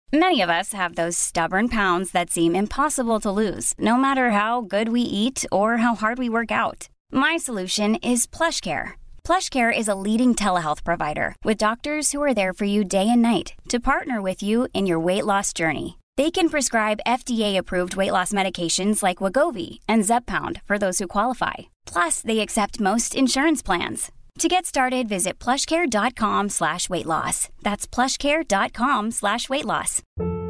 Many of us have those stubborn pounds that seem impossible to lose, no matter how good we eat or how hard we work out. My solution is PlushCare. PlushCare is a leading telehealth provider with doctors who are there for you day and night to partner with you in your weight loss journey. They can prescribe FDA-approved weight loss medications like Wegovy and Zepbound for those who qualify. Plus, they accept most insurance plans. To get started, visit plushcare.com/weightloss. That's plushcare.com/weightloss.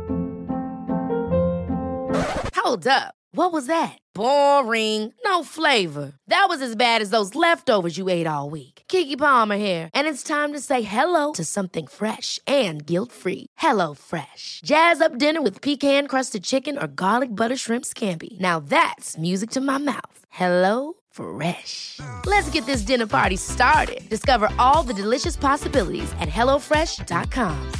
Hold up. What was that? Boring. No flavor. That was as bad as those leftovers you ate all week. Keke Palmer here, and it's time to say hello to something fresh and guilt-free. Hello Fresh. Jazz up dinner with pecan-crusted chicken or garlic butter shrimp scampi. Now that's music to my mouth. Hello Fresh. Let's get this dinner party started. Discover all the delicious possibilities at hellofresh.com.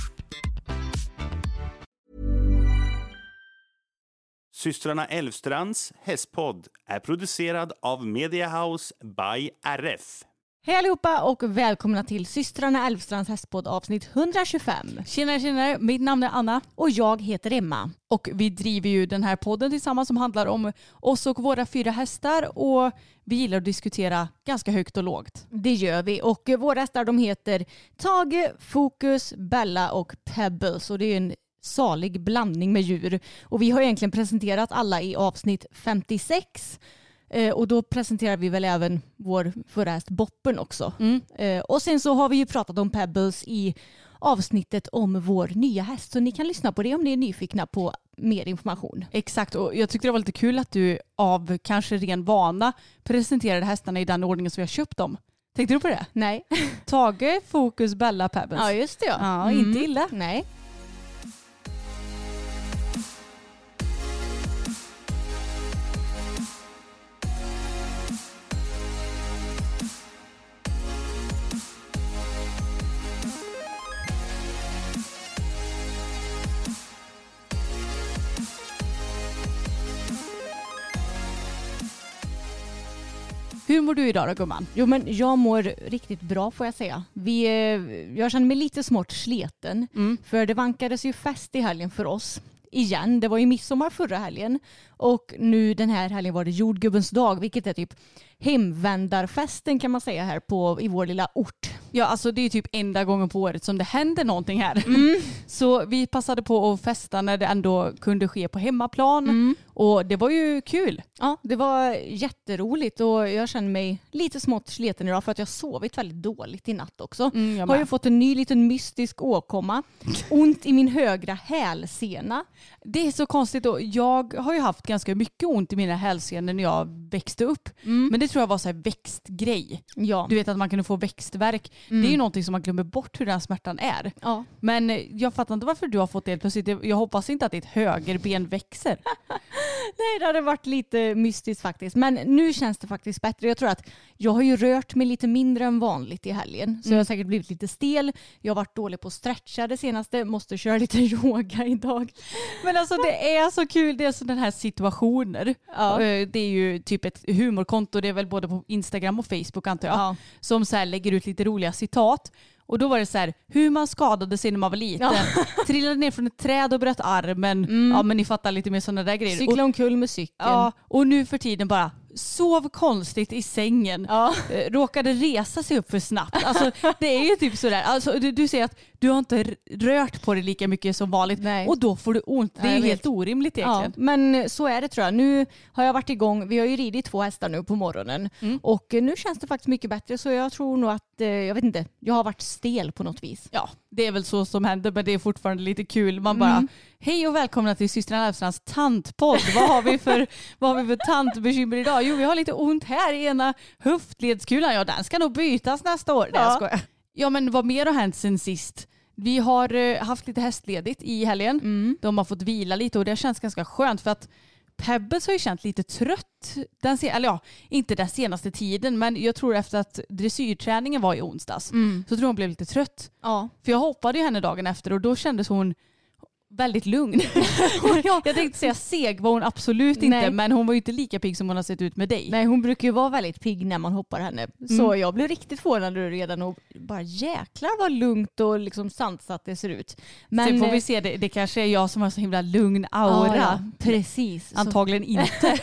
Systrarna Elvstrands hästpodd är producerad av Media House by RF. Hej allihopa och välkomna till Systrarna Elvstrands hästpodd avsnitt 125. Tjenare, mitt namn är Anna och jag heter Emma. Och vi driver ju den här podden tillsammans som handlar om oss och våra 4 hästar och vi gillar att diskutera ganska högt och lågt. Det gör vi och våra hästar de heter Tage, Focus, Bella och Pebbles och det är en salig blandning med djur. Och vi har egentligen presenterat alla i avsnitt 56 och då presenterar vi väl även vår förra häst Boppen också. Och sen så har vi ju pratat om Pebbles i avsnittet om vår nya häst så ni kan lyssna på det om ni är nyfikna på mer information. Exakt, och jag tyckte det var lite kul att du av kanske ren vana presenterade hästarna i den ordningen som vi har köpt dem. Tänkte du på det? Nej. Tage, Focus, Bella, Pebbles. Ja just det ja. Inte illa. Nej. Hur mår du idag då gumman? Jo men jag mår riktigt bra får jag säga. Jag känner mig lite smått sleten. För det vankades ju fest i helgen för oss. Igen, det var ju midsommar förra helgen. Och nu den här helgen var det jordgubbens dag. Vilket är typ hemvändarfesten kan man säga här i vår lilla ort. Ja alltså det är typ enda gången på året som det händer någonting här. Så vi passade på att festa när det ändå kunde ske på hemmaplan. Och det var ju kul. Ja, det var jätteroligt och jag känner mig lite smått sliten idag för att jag sovit väldigt dåligt i natt också. Har ju fått en ny liten mystisk åkomma. Ont i min högra hälsena. Det är så konstigt och jag har ju haft ganska mycket ont i mina hälsenor när jag växte upp. Men det tror jag var så här växtgrej. Ja. Du vet att man kan få växtverk. Det är ju någonting som man glömmer bort hur den smärtan är. Ja. Men jag fattar inte varför du har fått det plötsligt. Jag hoppas inte att ditt högerben växer. Nej, det hade varit lite mystiskt faktiskt. Men nu känns det faktiskt bättre. Jag tror att jag har ju rört mig lite mindre än vanligt i helgen. Så jag har säkert blivit lite stel. Jag har varit dålig på att stretcha det senaste. Måste köra lite yoga idag. Men alltså det är så kul. Det är sådana här situationer. Ja. Det är ju typ ett humorkonto. Det är väl både på Instagram och Facebook antar jag. Ja. Som så här lägger ut lite roliga citat. Och då var det så här, hur man skadade sig när man var liten. Ja. Trillade ner från ett träd och bröt armen. Ja, men ni fattar lite mer sådana där grejer. Cykla omkull med cykeln. Ja, och nu för tiden bara sov konstigt i sängen. Ja. Råkade resa sig upp för snabbt. Alltså, det är ju typ sådär. Alltså, du säger att du har inte rört på det lika mycket som vanligt. Nej. Och då får du ont. Det är helt orimligt egentligen. Ja, men så är det tror jag. Nu har jag varit igång. Vi har ju ridit 2 hästar nu på morgonen. Och nu känns det faktiskt mycket bättre. Så jag tror nog att, jag vet inte, jag har varit stel på något vis. Ja, det är väl så som händer. Men det är fortfarande lite kul. Man bara, hej och välkomna till Systrarna Elvstrands tantpodd. Vad har vi för tantbekymmer idag? Jo, vi har lite ont här i ena höftledskulan. Ja, den ska nog bytas nästa år. Ja. Det jag. Ja, men vad mer har hänt sen sist? Vi har haft lite hästledigt i helgen. De har fått vila lite och det känns ganska skönt för att Pebbles har ju känt lite trött. Inte den senaste tiden, men jag tror efter att dressyrträningen var i onsdags så tror hon blev lite trött. Ja. För jag hoppade ju henne dagen efter och då kändes hon väldigt lugn. Jag tänkte säga seg var hon absolut inte, men hon var ju inte lika pigg som hon har sett ut med dig. Nej, hon brukar ju vara väldigt pigg när man hoppar henne. Så jag blev riktigt förvånad redan och bara jäklar vad lugnt och liksom sansat det ser ut. Men sen får vi se, det kanske är jag som har så himla lugn aura. Ja, precis. Antagligen inte.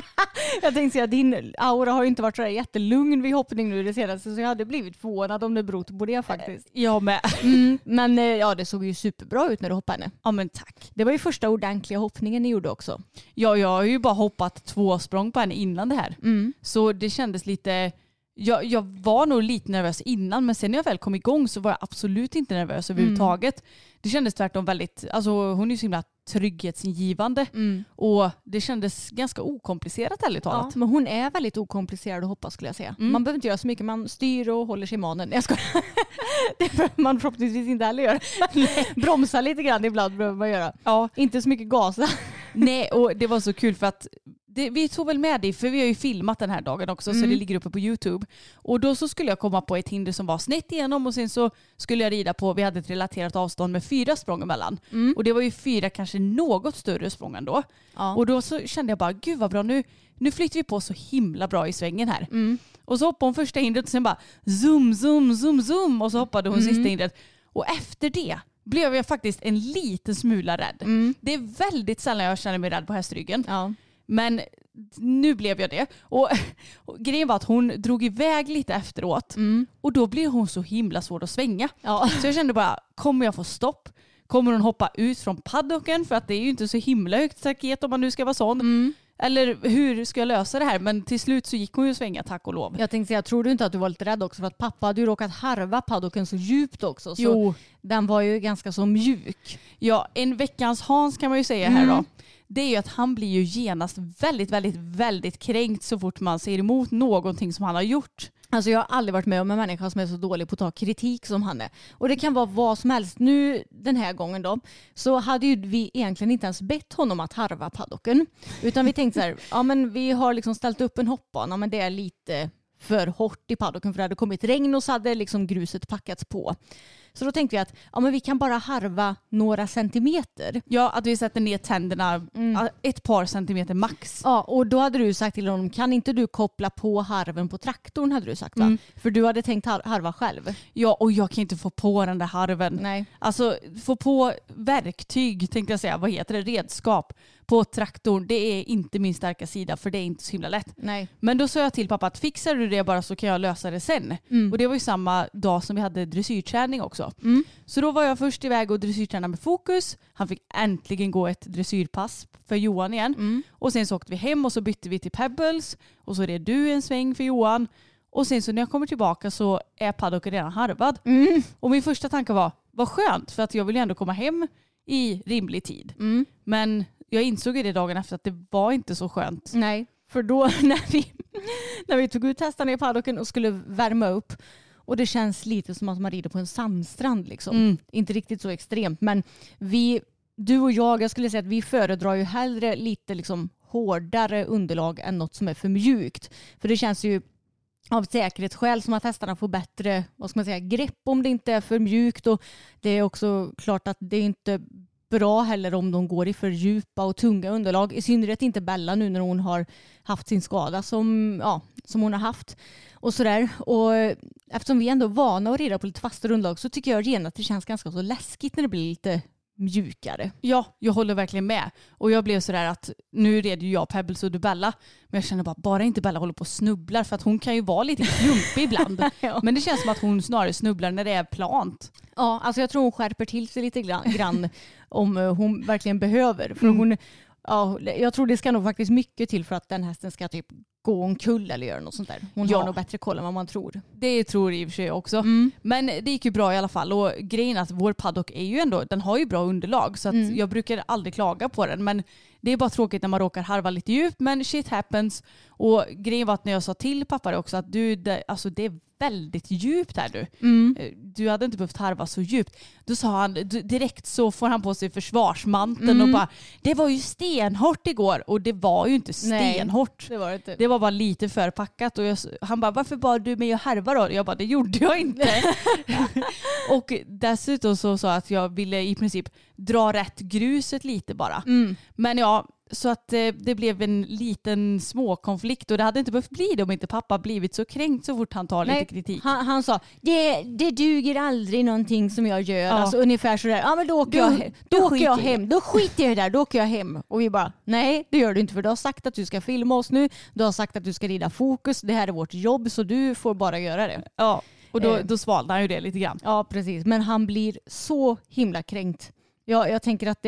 Jag tänkte säga, din aura har ju inte varit så jättelugn vid hoppning nu det senaste, så jag hade blivit förvånad om det berott på det faktiskt. Jag med. Men ja, det såg ju superbra ut när du hoppade henne. Ja, men tack. Det var ju första ordentliga hoppningen ni gjorde också. Ja, jag har ju bara hoppat 2 språng på henne innan det här. Så det kändes lite... Jag var nog lite nervös innan, men sen när jag väl kom igång så var jag absolut inte nervös överhuvudtaget. Det kändes tvärtom väldigt... Alltså hon är ju så himla trygghetsingivande. Och det kändes ganska okomplicerat, ärligt talat. Ja, men hon är väldigt okomplicerad att hoppa, skulle jag säga. Man behöver inte göra så mycket. Man styr och håller sig i manen. Jag ska... Det behöver man förhoppningsvis inte heller göra. Bromsa lite grann ibland behöver man göra. Ja. Inte så mycket gasa. Nej, och det var så kul för att vi tog väl med dig, för vi har ju filmat den här dagen också, så det ligger uppe på YouTube. Och då så skulle jag komma på ett hinder som var snett igenom och sen så skulle jag rida på, vi hade ett relaterat avstånd med 4 språng emellan. Och det var ju 4 kanske något större språng ändå. Ja. Och då så kände jag bara, gud vad bra, nu flyttar vi på så himla bra i svängen här. Och så hoppade hon första hindret och sen bara zoom, zoom, zoom, zoom. Och så hoppade hon sista hindret. Och efter det blev jag faktiskt en liten smula rädd. Det är väldigt sällan jag känner mig rädd på hästryggen. Ja. Men nu blev jag det. Och grejen var att hon drog iväg lite efteråt. Och då blev hon så himla svår att svänga. Ja. Så jag kände bara, kommer jag få stopp? Kommer hon hoppa ut från paddocken? För att det är ju inte så himla högt staket om man nu ska vara sån. Eller hur ska jag lösa det här? Men till slut så gick hon ju svänga, tack och lov. Jag tänkte säga, tror du inte att du var lite rädd också? För att pappa hade ju råkat harva paddocken så djupt också. Så jo. Den var ju ganska så mjuk. Ja, en veckans Hans kan man ju säga här då. Det är ju att han blir ju genast väldigt, väldigt, väldigt kränkt så fort man ser emot någonting som han har gjort. Alltså jag har aldrig varit med om en människa som är så dålig på att ta kritik som han är. Och det kan vara vad som helst. Nu den här gången då så hade ju vi egentligen inte ens bett honom att harva paddocken. Utan vi tänkte så här, ja men vi har liksom ställt upp en hoppbana, men det är lite för hårt i paddocken för det hade kommit regn och så hade liksom gruset packats på. Så då tänkte vi att ja, men vi kan bara harva några centimeter. Ja, att vi sätter ner tänderna ett par centimeter max. Ja, och då hade du sagt till honom, kan inte du koppla på harven på traktorn, hade du sagt va? För du hade tänkt harva själv. Ja, och jag kan inte få på den där harven. Nej. Alltså, få på verktyg, tänkte jag säga, vad heter det, redskap på traktorn, det är inte min starka sida, för det är inte så himla lätt. Nej. Men då sa jag till pappa att fixar du det bara så kan jag lösa det sen. Och det var ju samma dag som vi hade dressyrträning också. Så då var jag först iväg och dressyrtränade med fokus. Han fick äntligen gå ett dressyrpass för Johan igen. Och sen så åkte vi hem och så bytte vi till Pebbles. Och så red du en sväng för Johan. Och sen så när jag kommer tillbaka så är paddocken redan harvad. Och min första tanke var, vad skönt, för att jag vill ju ändå komma hem i rimlig tid. Men jag insåg ju det dagen efter att det var inte så skönt. Nej, för då när vi tog ut hästarna i paddocken och skulle värma upp, och det känns lite som att man rider på en sandstrand liksom. Inte riktigt så extremt, men du och jag skulle säga att vi föredrar ju hellre lite liksom hårdare underlag än något som är för mjukt. För det känns ju av säkerhetsskäl som att hästarna får bättre, vad ska man säga, grepp om det inte är för mjukt, och det är också klart att det är inte bra heller om de går i för djupa och tunga underlag. I synnerhet inte Bella nu när hon har haft sin skada som hon har haft. Och sådär. Och eftersom vi ändå är vana att rida på lite fastare underlag så tycker jag redan att det känns ganska så läskigt när det blir lite mjukare. Ja, jag håller verkligen med. Och jag blev sådär att nu red ju jag Pebbles och du Bella. Men jag känner bara inte Bella håller på och snubblar, för att hon kan ju vara lite klumpig ibland. Ja. Men det känns som att hon snarare snubblar när det är plant. Ja, alltså jag tror hon skärper till sig lite grann om hon verkligen behöver. För hon, jag tror det ska nog faktiskt mycket till för att den hästen ska typ gå omkull eller göra något sånt där. Hon har nog bättre koll än vad man tror. Det tror jag i och för sig också. Men det gick ju bra i alla fall. Och grejen är att vår paddock är ju ändå, den har ju bra underlag. Så att jag brukar aldrig klaga på den. Men Det är bara tråkigt när man råkar harva lite djupt, men shit happens. Och grejen var att när jag sa till pappa det också att alltså det är väldigt djupt här du. Du hade inte behövt harva så djupt. Då sa han, direkt så får han på sig försvarsmanteln och bara, det var ju stenhårt igår. Och det var ju inte stenhårt. Nej, det var det inte. Det var bara lite för packat. Och han bara, varför bad du mig att harva då? Jag bara, det gjorde jag inte. Och dessutom så sa jag att jag ville i princip dra rätt gruset lite bara. Men ja, så att det blev en liten småkonflikt och det hade inte behövt bli det om inte pappa blivit så kränkt så fort han tar lite kritik. Han sa, det duger aldrig någonting som jag gör. Alltså ungefär sådär, ja men då åker jag hem. Då skiter jag där, då åker jag hem. Och vi bara, nej det gör du inte för du har sagt att du ska filma oss nu. Du har sagt att du ska rida fokus. Det här är vårt jobb så du får bara göra det. Ja, och då svalde han ju det lite grann. Ja precis, men han blir så himla kränkt. Jag tänker att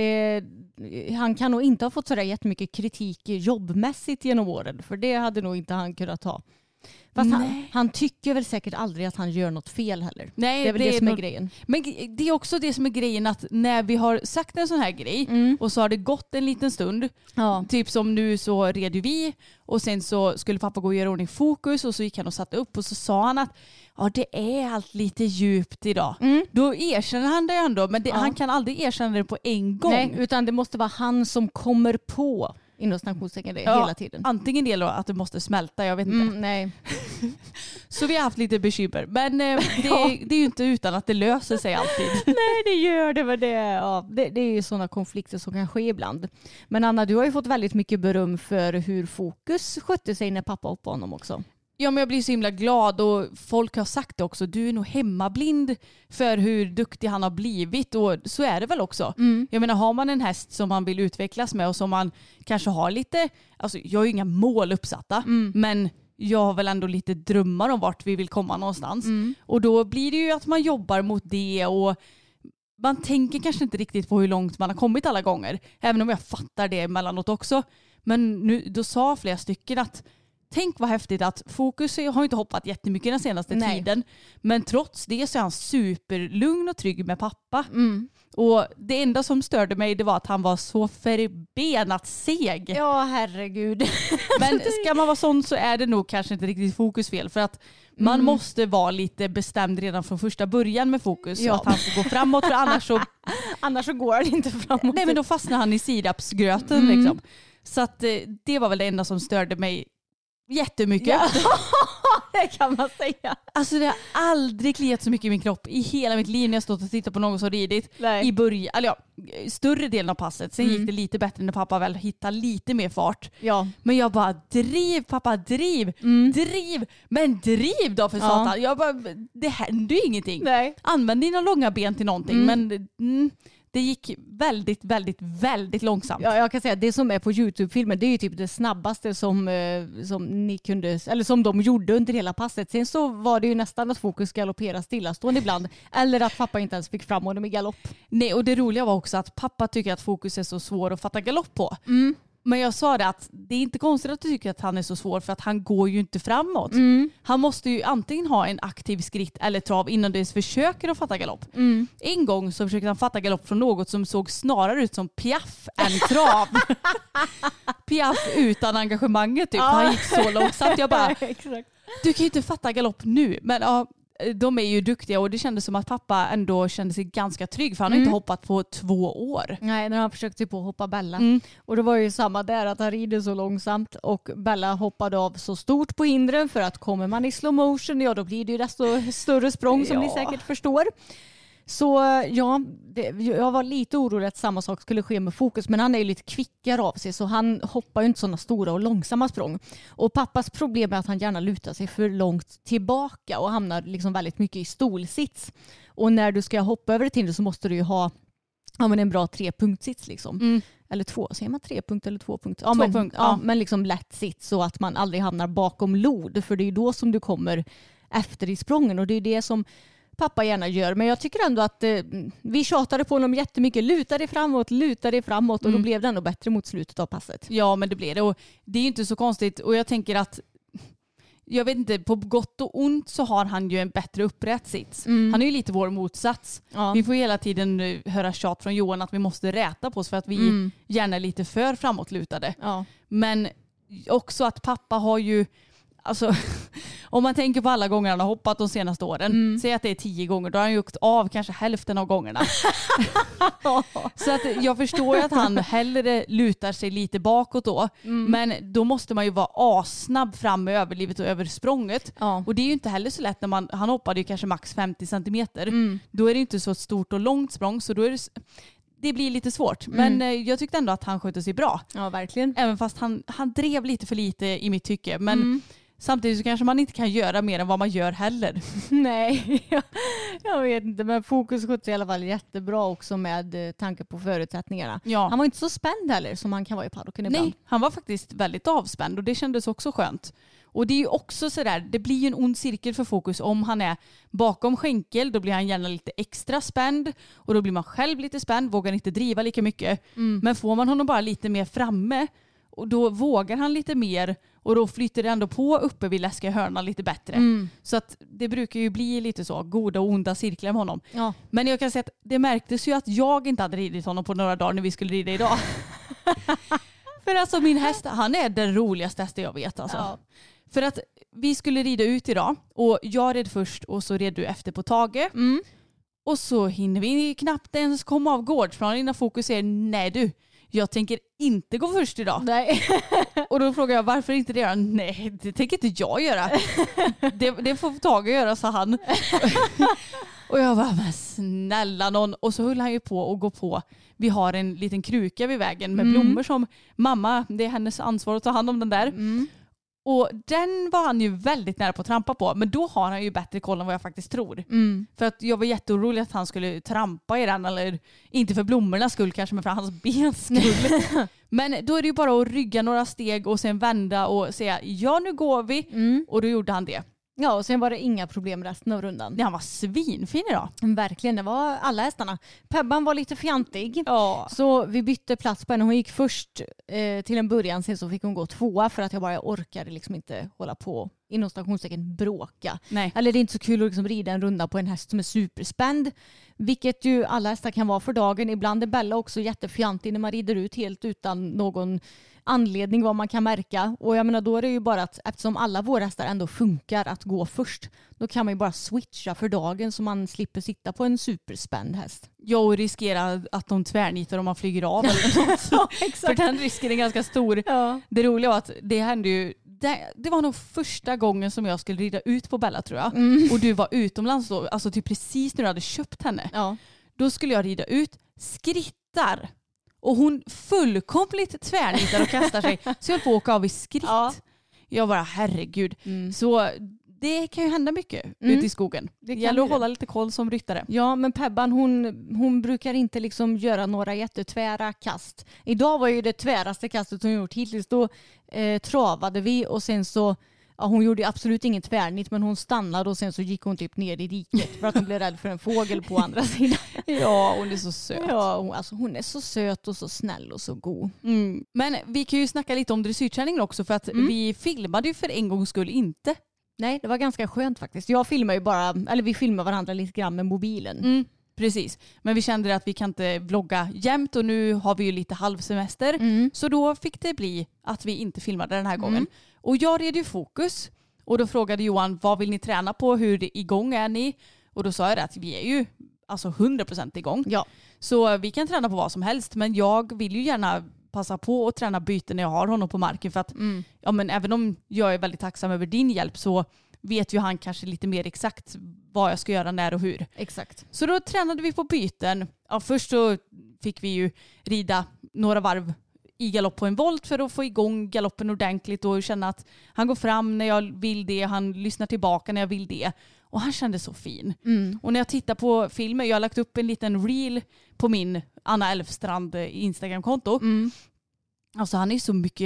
han kan nog inte ha fått sådär jättemycket kritik jobbmässigt genom åren. För det hade nog inte han kunnat ta. Fast han tycker väl säkert aldrig att han gör något fel heller. Nej, det är väl det som är grejen. Men det är också det som är grejen att när vi har sagt en sån här grej och så har det gått en liten stund. Ja. Typ som nu så red ju vi och sen så skulle pappa gå och göra ordning fokus och så gick han och satte upp och så sa han att det är allt lite djupt idag. Då erkänner han det ändå men han kan aldrig erkänna det på en gång. Nej, utan det måste vara han som kommer på inom snacktionstecken hela tiden. Antingen det eller att det måste smälta, jag vet inte. Nej. Så vi har haft lite bekymmer. Men det är ju inte utan att det löser sig alltid. Nej, det gör det. Men det är ju sådana konflikter som kan ske ibland. Men Anna, du har ju fått väldigt mycket beröm för hur fokus skötte sig när pappa hoppade honom också. Ja, men jag blir så himla glad och folk har sagt det också. Du är nog hemmablind för hur duktig han har blivit och så är det väl också. Jag menar, har man en häst som man vill utvecklas med och som man kanske har lite, alltså jag har ju inga mål uppsatta men jag har väl ändå lite drömmar om vart vi vill komma någonstans. Och då blir det ju att man jobbar mot det och man tänker kanske inte riktigt på hur långt man har kommit alla gånger. Även om jag fattar det emellanåt också. Men nu, då sa flera stycken att tänk vad häftigt att fokus har inte hoppat jättemycket den senaste tiden. Men trots det så är han superlugn och trygg med pappa. Och det enda som störde mig det var att han var så förbenat seg. Ja, herregud. Men ska man vara sån så är det nog kanske inte riktigt fokusfel. För att man måste vara lite bestämd redan från första början med fokus. Så att han ska gå framåt för annars så går han inte framåt. Nej, men då fastnar han i sirapsgröten liksom. Så att det var väl det enda som störde mig jättemycket. Ja, det kan man säga. Alltså det har aldrig kliat så mycket i min kropp i hela mitt liv när jag stått och tittat på någon som ridit. I början, eller större delen av passet. Sen gick det lite bättre när pappa väl hittade lite mer fart. Ja. Men jag bara, driv pappa, driv. Men driv då för satan. Jag bara, det händer ju ingenting. Nej. Använd dina långa ben till någonting. Men det gick väldigt, väldigt, väldigt långsamt. Ja, jag kan säga att det som är på YouTube-filmen det är ju typ det snabbaste som ni kunde, eller som de gjorde under hela passet. Sen så var det ju nästan att fokus galopperade stillastående ibland. Eller att pappa inte ens fick fram honom i galopp. Nej, och det roliga var också att pappa tycker att fokus är så svår att fatta galopp på. Men jag sa det att det är inte konstigt att du tycker att han är så svår för att han går ju inte framåt. Han måste ju antingen ha en aktiv skritt eller trav innan du försöker att fatta galopp. En gång så försökte han fatta galopp från något som såg snarare ut som piaff än trav. Piaff utan engagemanget typ. Han gick så långsamt. Jag bara, du kan ju inte fatta galopp nu. Men ja, de är ju duktiga och det kändes som att pappa ändå kände sig ganska trygg för han har inte hoppat på 2 år. Nej, när han försökte på att hoppa Bella. Och det var ju samma där att han rider så långsamt och Bella hoppade av så stort på hindren för att kommer man i slow motion, ja då blir det ju desto större språng som ni säkert förstår. Så ja, jag var lite orolig att samma sak skulle ske med fokus, men han är ju lite kvickare av sig så han hoppar ju inte sådana stora och långsamma språng. Och pappas problem är att han gärna lutar sig för långt tillbaka och hamnar liksom väldigt mycket i stolsits. Och när du ska hoppa över ett hinder så måste du ju ha en bra 3-punktsits liksom. Eller 2, säger man 3-punkt eller 2-punkt? Ja, 2-punkt. Ja, men liksom lätt sits så att man aldrig hamnar bakom lod, för det är ju då som du kommer efter i sprången och det är det som pappa gärna gör. Men jag tycker ändå att vi tjatade på honom jättemycket. Luta dig framåt och då blev det ändå bättre mot slutet av passet. Ja, men det blev det. Och det är ju inte så konstigt. Och jag tänker att jag vet inte, på gott och ont så har han ju en bättre upprätt sits. Han är ju lite vår motsats. Ja. Vi får hela tiden höra tjat från Johan att vi måste räta på oss för att vi gärna är lite för framåtlutade. Ja. Men också att pappa har ju, alltså om man tänker på alla gånger han har hoppat de senaste åren, säg att det är 10 gånger, då har han ju åkt av kanske hälften av gångerna. Så att jag förstår ju att han hellre lutar sig lite bakåt då, men då måste man ju vara asnabb fram med överlivet och över språnget. Ja. Och det är ju inte heller så lätt när han hoppade ju kanske max 50 centimeter. Då är det inte så ett stort och långt språng, så då är det blir lite svårt. Men jag tyckte ändå att han skötte sig bra. Ja, verkligen. Även fast han drev lite för lite i mitt tycke. Men samtidigt så kanske man inte kan göra mer än vad man gör heller. Nej, jag vet inte. Men fokus skötte i alla fall jättebra också med tanke på förutsättningarna. Ja. Han var inte så spänd heller som han kan vara i paddocken ibland. Nej, han var faktiskt väldigt avspänd och det kändes också skönt. Och det är ju också sådär, det blir ju en ond cirkel för fokus om han är bakom skänkel, då blir han gärna lite extra spänd och då blir man själv lite spänd, vågar inte driva lika mycket. Men får man honom bara lite mer framme och då vågar han lite mer och då flyter det ändå på uppe vid läskiga hörnan lite bättre. Så att det brukar ju bli lite så goda och onda cirklar med honom. Ja. Men jag kan säga att det märktes ju att jag inte hade ridit honom på några dagar när vi skulle rida idag. För alltså min häst, han är den roligaste hästen jag vet alltså. Ja. För att vi skulle rida ut idag och jag red först och så red du efter på Tage. Och så hinner vi knappt ens komma av gårdsplanen innan fokus säger nej du, jag tänker inte gå först idag. Nej. Och då frågar jag varför inte det? Nej, det tänker inte jag göra. Det får Tage göra, sa han. Och jag bara, men snälla någon. Och så höll han ju på och gå på. Vi har en liten kruka vid vägen med blommor som mamma, det är hennes ansvar att ta hand om den där. Och den var han ju väldigt nära på att trampa på. Men då har han ju bättre koll än vad jag faktiskt tror. För att jag var jätteorolig att han skulle trampa i den. Eller inte för blommornas skull kanske, men för hans bens skull. Men då är det ju bara att rygga några steg och sen vända och säga ja, nu går vi. Och då gjorde han det. Ja, och sen var det inga problem resten av rundan. Ja, han var svinfin idag. Verkligen, det var alla hästarna. Pebban var lite fjantig. Ja. Så vi bytte plats på henne. Hon gick först till en början, sen så fick hon gå 2 för att jag bara orkade liksom inte hålla på inom stationstecken bråka. Nej. Eller det är inte så kul att liksom rida en runda på en häst som är superspänd. Vilket ju alla hästar kan vara för dagen. Ibland är Bella också jättefjantig när man rider ut helt utan någon anledning vad man kan märka. Och jag menar, då är det ju bara att eftersom alla våra hästar ändå funkar att gå först, då kan man ju bara switcha för dagen så man slipper sitta på en superspänd häst. Ja, och riskera att de tvärnitar om man flyger av eller något. Ja, exakt. För den risken är ganska stor. Ja. Det roliga var att det hände ju, det var nog första gången som jag skulle rida ut på Bella, tror jag. Och du var utomlands då, alltså typ precis när du hade köpt henne. Ja. Då skulle jag rida ut, skrittar. Och hon fullkomligt tvärnitar och kastar sig. Så jag får åka av i skritt. Ja. Jag bara, herregud. Så det kan ju hända mycket ute i skogen. Det gäller att hålla lite koll som ryttare. Ja, men Pebban hon brukar inte liksom göra några jättetvära kast. Idag var ju det tväraste kastet hon gjort hittills. Då travade vi och sen så, ja, hon gjorde absolut ingen tvärnit, men hon stannade och sen så gick hon typ ner i diket för att hon blev rädd för en fågel på andra sidan. Ja, hon är så söt. Ja, hon är så söt och så snäll och så god. Men vi kan ju snacka lite om dressyrträningen också, för att vi filmade ju för en gångs skull inte. Nej, det var ganska skönt faktiskt. Vi filmar varandra lite grann med mobilen. Precis, men vi kände att vi kan inte vlogga jämt och nu har vi ju lite halvsemester. Så då fick det bli att vi inte filmade den här gången. Och jag red ju fokus och då frågade Johan, vad vill ni träna på? Hur igång är ni? Och då sa jag att vi är ju alltså 100% igång. Ja. Så vi kan träna på vad som helst, men jag vill ju gärna passa på att träna byten när jag har honom på marken, för att ja, men även om jag är väldigt tacksam över din hjälp så vet ju han kanske lite mer exakt vad jag ska göra när och hur. Exakt. Så då tränade vi på byten. Ja, först så fick vi ju rida några varv i galopp på en volt för att få igång galoppen ordentligt och känna att han går fram när jag vill det, han lyssnar tillbaka när jag vill det. Och han kände så fin. Och när jag tittar på filmen, jag har lagt upp en liten reel på min Anna Elfstrand Instagram-konto. Alltså han är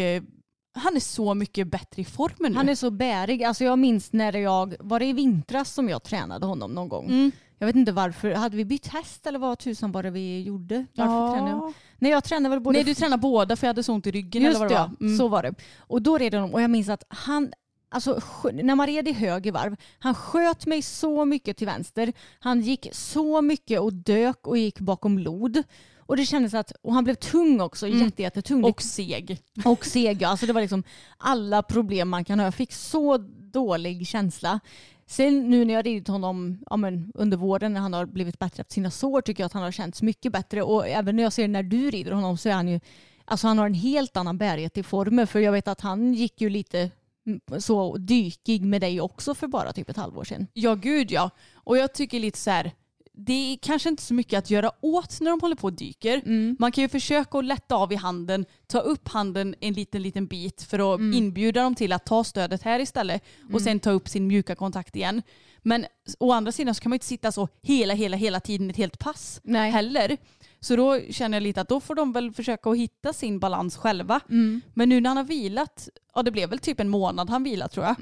så mycket bättre i formen nu. Han är så bärig. Alltså jag minns när var det i vintras som jag tränade honom någon gång. Jag vet inte varför. Hade vi bytt häst eller vad tusan var det vi gjorde? Varför tränade jag? Nej, jag tränade väl båda. Nej, du tränade båda för jag hade så ont i ryggen. Just eller vad det var. Så var det. Och då red de och jag minns att alltså när man red i höger varv, han sköt mig så mycket till vänster. Han gick så mycket och dök och gick bakom lod. Och det kändes och han blev tung också, jättetung. Och seg. Och seg, alltså det var liksom alla problem man kan ha. Jag fick så dålig känsla. Sen nu när jag ridit honom under våren när han har blivit bättre efter sina sår tycker jag att han har känts mycket bättre. Och även när jag ser när du rider honom så är han ju, alltså han har en helt annan bärighet i formen. För jag vet att han gick ju lite så dykig med dig också för bara typ ett halvår sedan. Ja, gud ja. Och jag tycker lite så här, det är kanske inte så mycket att göra åt när de håller på och dyker. Man kan ju försöka att lätta av i handen, ta upp handen en liten bit för att inbjuda dem till att ta stödet här istället och sen ta upp sin mjuka kontakt igen. Men å andra sidan så kan man inte sitta så hela tiden ett helt pass heller. Så då känner jag lite att då får de väl försöka att hitta sin balans själva. Men nu när han har vilat, det blev väl typ en månad han vilat tror jag.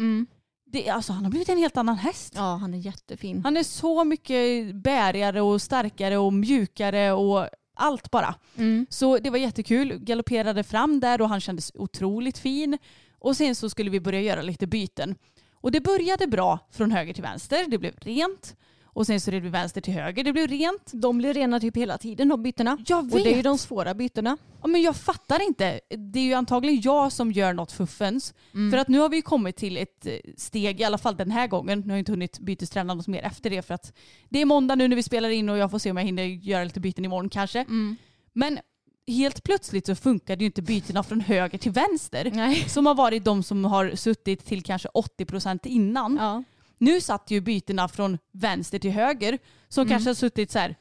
Han har blivit en helt annan häst. Ja, han är jättefin. Han är så mycket bärigare och starkare och mjukare och allt bara. Så det var jättekul. Galopperade fram där och han kändes otroligt fin. Och sen så skulle vi börja göra lite byten. Och det började bra från höger till vänster. Det blev rent. Och sen så red vi vänster till höger. Det blev rent. De blir rena typ hela tiden, de bytena. Jag vet. Och det är ju de svåra bytena. Ja, men jag fattar inte. Det är ju antagligen jag som gör något fuffens. För att nu har vi kommit till ett steg, i alla fall den här gången. Nu har jag inte hunnit bytesträna något mer efter det. För att det är måndag nu när vi spelar in och jag får se om jag hinner göra lite byten imorgon kanske. Men helt plötsligt så funkar det ju inte bytena från höger till vänster. Nej. Som har varit de som har suttit till kanske 80% innan. Ja. Nu satt ju bytena från vänster till höger som kanske har suttit så här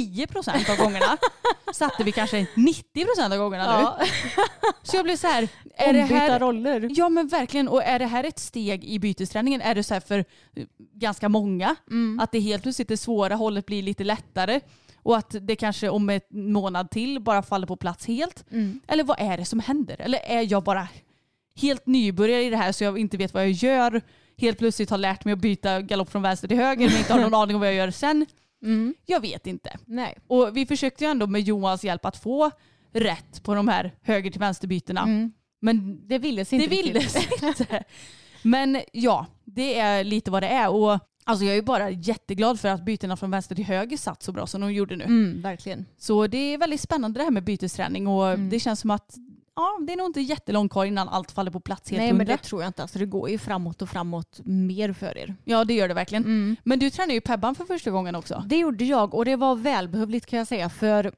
10% av gångerna. Satte vi kanske 90% av gångerna nu. Så jag blev så här, är det här roller? Ja men verkligen, och är det här ett steg i bytesträningen? Är det så här för ganska många? Att det helt plötsligt det svåra hållet blir lite lättare och att det kanske om en månad till bara faller på plats helt? Eller vad är det som händer? Eller är jag bara helt nybörjare i det här så jag inte vet vad jag gör? Helt plötsligt har lärt mig att byta galopp från vänster till höger men inte har någon aning om vad jag gör sen. Jag vet inte. Nej. Och vi försökte ju ändå med Johans hjälp att få rätt på de här höger till vänster bytena. Men det ville sig inte. Men ja, det är lite vad det är. Och alltså jag är bara jätteglad för att bytena från vänster till höger satt så bra som de gjorde nu. Verkligen. Så det är väldigt spännande det här med bytesträning och det känns som att det är nog inte jättelångt kvar innan allt faller på plats helt. Nej, hundra. men det tror jag inte. Alltså, det går ju framåt och framåt mer för er. Ja, det gör det verkligen. Men du tränar ju Pebban för första gången också. Det gjorde jag och det var välbehövligt kan jag säga. För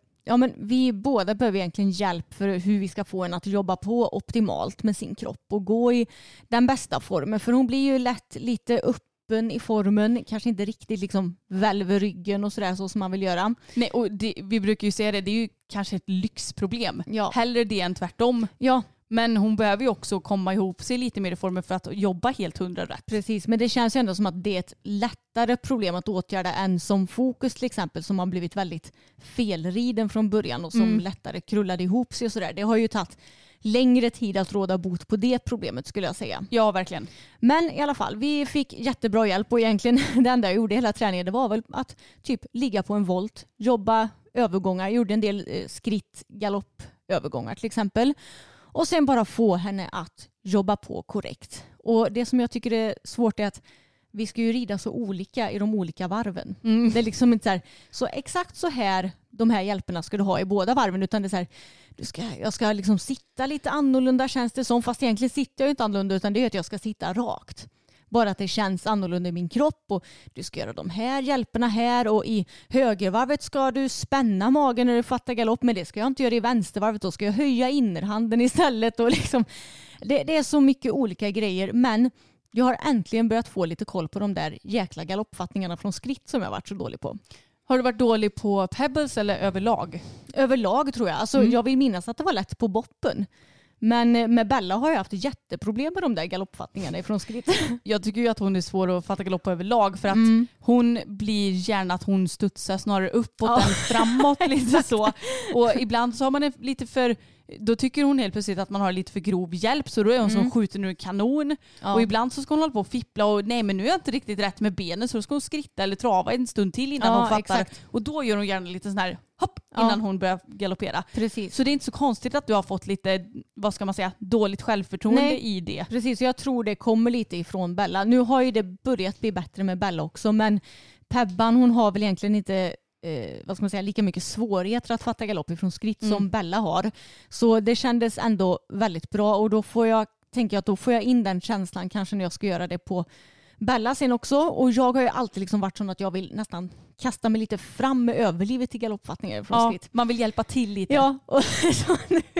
vi båda behöver egentligen hjälp för hur vi ska få henne att jobba på optimalt med sin kropp och gå i den bästa formen. För hon blir ju lätt lite öppen i formen, kanske inte riktigt liksom välver ryggen och sådär så som man vill göra. Nej, och vi brukar ju säga det är ju kanske ett lyxproblem. Ja. Hellre det än tvärtom. Ja. Men hon behöver ju också komma ihop sig lite mer i formen för att jobba helt 100 rätt. Precis, men det känns ju ändå som att det är ett lättare problem att åtgärda än som Fokus till exempel som har blivit väldigt felriden från början och som lättare krullade ihop sig och sådär. Det har ju tagit längre tid att råda bot på det problemet skulle jag säga. Ja, verkligen. Men i alla fall, vi fick jättebra hjälp och egentligen det enda jag gjorde hela träningen det var väl att typ ligga på en volt, jobba övergångar, gjorde en del skritt, galoppövergångar till exempel. Och sen bara få henne att jobba på korrekt. Och det som jag tycker är svårt är att vi ska ju rida så olika i de olika varven. Det är liksom inte så exakt så här de här hjälperna ska du ha i båda varven utan det är så här, jag ska liksom sitta lite annorlunda känns det som fast egentligen sitter jag inte annorlunda utan det är att jag ska sitta rakt. Bara att det känns annorlunda i min kropp och du ska göra de här hjälperna här och i högervarvet ska du spänna magen när du fattar galopp men det ska jag inte göra i vänstervarvet, då ska jag höja innerhanden istället och liksom det är så mycket olika grejer men jag har äntligen börjat få lite koll på de där jäkla galoppfattningarna från skritt som jag varit så dålig på. Har du varit dålig på pebbles eller överlag? Överlag tror jag. Alltså jag vill minnas att det var lätt på boppen. Men med Bella har jag haft jätteproblem med de där galoppfattningarna ifrån skritt. Jag tycker ju att hon är svår att fatta galopp överlag för att hon blir gärna att hon studsar snarare uppåt än framåt lite så. Och ibland så har man en lite för då tycker hon helt plötsligt att man har lite för grov hjälp, så då är hon som skjuter ur en kanon. Ja. Och ibland så ska hon hålla på och fippla och nej men nu är jag inte riktigt rätt med benen, så då ska hon skritta eller trava en stund till innan hon fattar. Exakt. Och då gör hon gärna lite sån här hopp innan hon börjar galoppera. Precis. Så det är inte så konstigt att du har fått lite, vad ska man säga, dåligt självförtroende i det. Precis, jag tror det kommer lite ifrån Bella. Nu har ju det börjat bli bättre med Bella också, men Pebban hon har väl egentligen inte vad ska man säga, lika mycket svårigheter att fatta galopp ifrån skritt som Bella har. Så det kändes ändå väldigt bra, och då tänker jag att då får jag in den känslan kanske när jag ska göra det på Bella sen också. Och jag har ju alltid liksom varit sån att jag vill nästan kasta mig lite fram med överlivet till galoppfattningar från skritt. Man vill hjälpa till lite. Ja, och så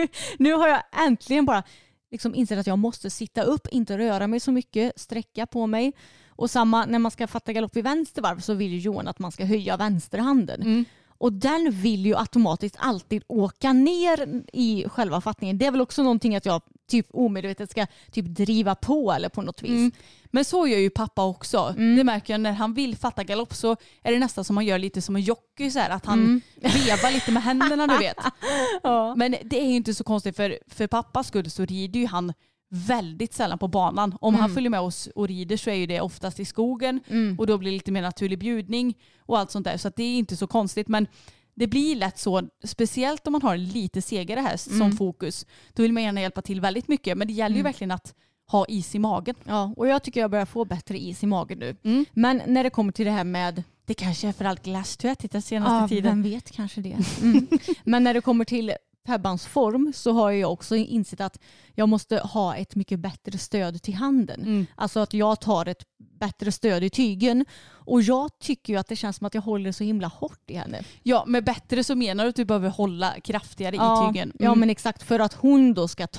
nu har jag äntligen bara liksom insett att jag måste sitta upp, inte röra mig så mycket, sträcka på mig. Och samma när man ska fatta galopp i vänstervarv, så vill ju Johan att man ska höja vänsterhanden. Och den vill ju automatiskt alltid åka ner i själva fattningen. Det är väl också någonting att jag typ omedvetet ska typ driva på eller på något vis. Men så gör ju pappa också. Det märker jag när han vill fatta galopp, så är det nästan som man gör lite som en jockey, så här, att han vevar lite med händerna, du vet. Ja. Men det är ju inte så konstigt, för pappas skull så rider ju han väldigt sällan på banan. Om han följer med oss och rider så är ju det oftast i skogen och då blir det lite mer naturlig bjudning och allt sånt där. Så att det är inte så konstigt, men det blir lätt så, speciellt om man har lite segare häst som fokus. Då vill man gärna hjälpa till väldigt mycket, men det gäller ju verkligen att ha is i magen. Ja, och jag tycker jag börjar få bättre is i magen nu. Men när det kommer till det här med, det kanske är för allt glass du har ätit den senaste tiden. Vem vet, kanske det. Men när det kommer till Pebbans form så har jag också insett att jag måste ha ett mycket bättre stöd till handen. Alltså att jag tar ett bättre stöd i tygen. Och jag tycker ju att det känns som att jag håller så himla hårt i henne. Ja, med bättre så menar du att du behöver hålla kraftigare i tygen. Ja, men exakt, för att hon då ska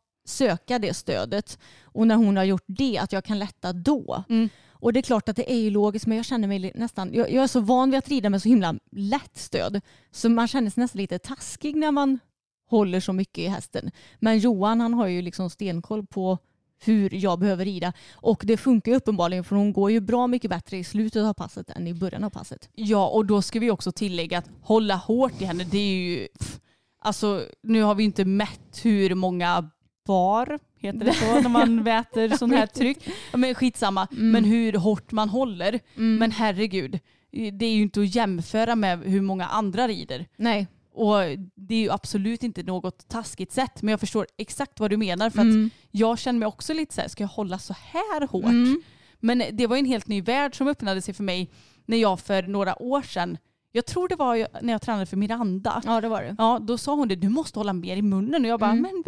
söka det stödet. Och när hon har gjort det, att jag kan lätta då. Och det är klart att det är ju logiskt, men jag känner mig nästan, jag är så van vid att rida med så himla lätt stöd. Så man känner sig nästan lite taskig när man håller så mycket i hästen. Men Johan, han har ju liksom stenkoll på hur jag behöver rida. Och det funkar ju uppenbarligen, för hon går ju bra mycket bättre i slutet av passet än i början av passet. Ja, och då ska vi också tillägga att hålla hårt i henne, det är ju, alltså nu har vi inte mätt hur många bar, heter det så, när man mäter sån här tryck. Ja, men skitsamma, men hur hårt man håller. Men herregud, det är ju inte att jämföra med hur många andra rider. Nej. Och det är ju absolut inte något taskigt sätt, men jag förstår exakt vad du menar, för att jag känner mig också lite så här, ska jag hålla så här hårt? Men det var en helt ny värld som öppnade sig för mig när jag för några år sedan, jag tror det var när jag tränade för Miranda. Ja, det var det. Ja, då sa hon det, du måste hålla mer i munnen. Och jag bara, men va?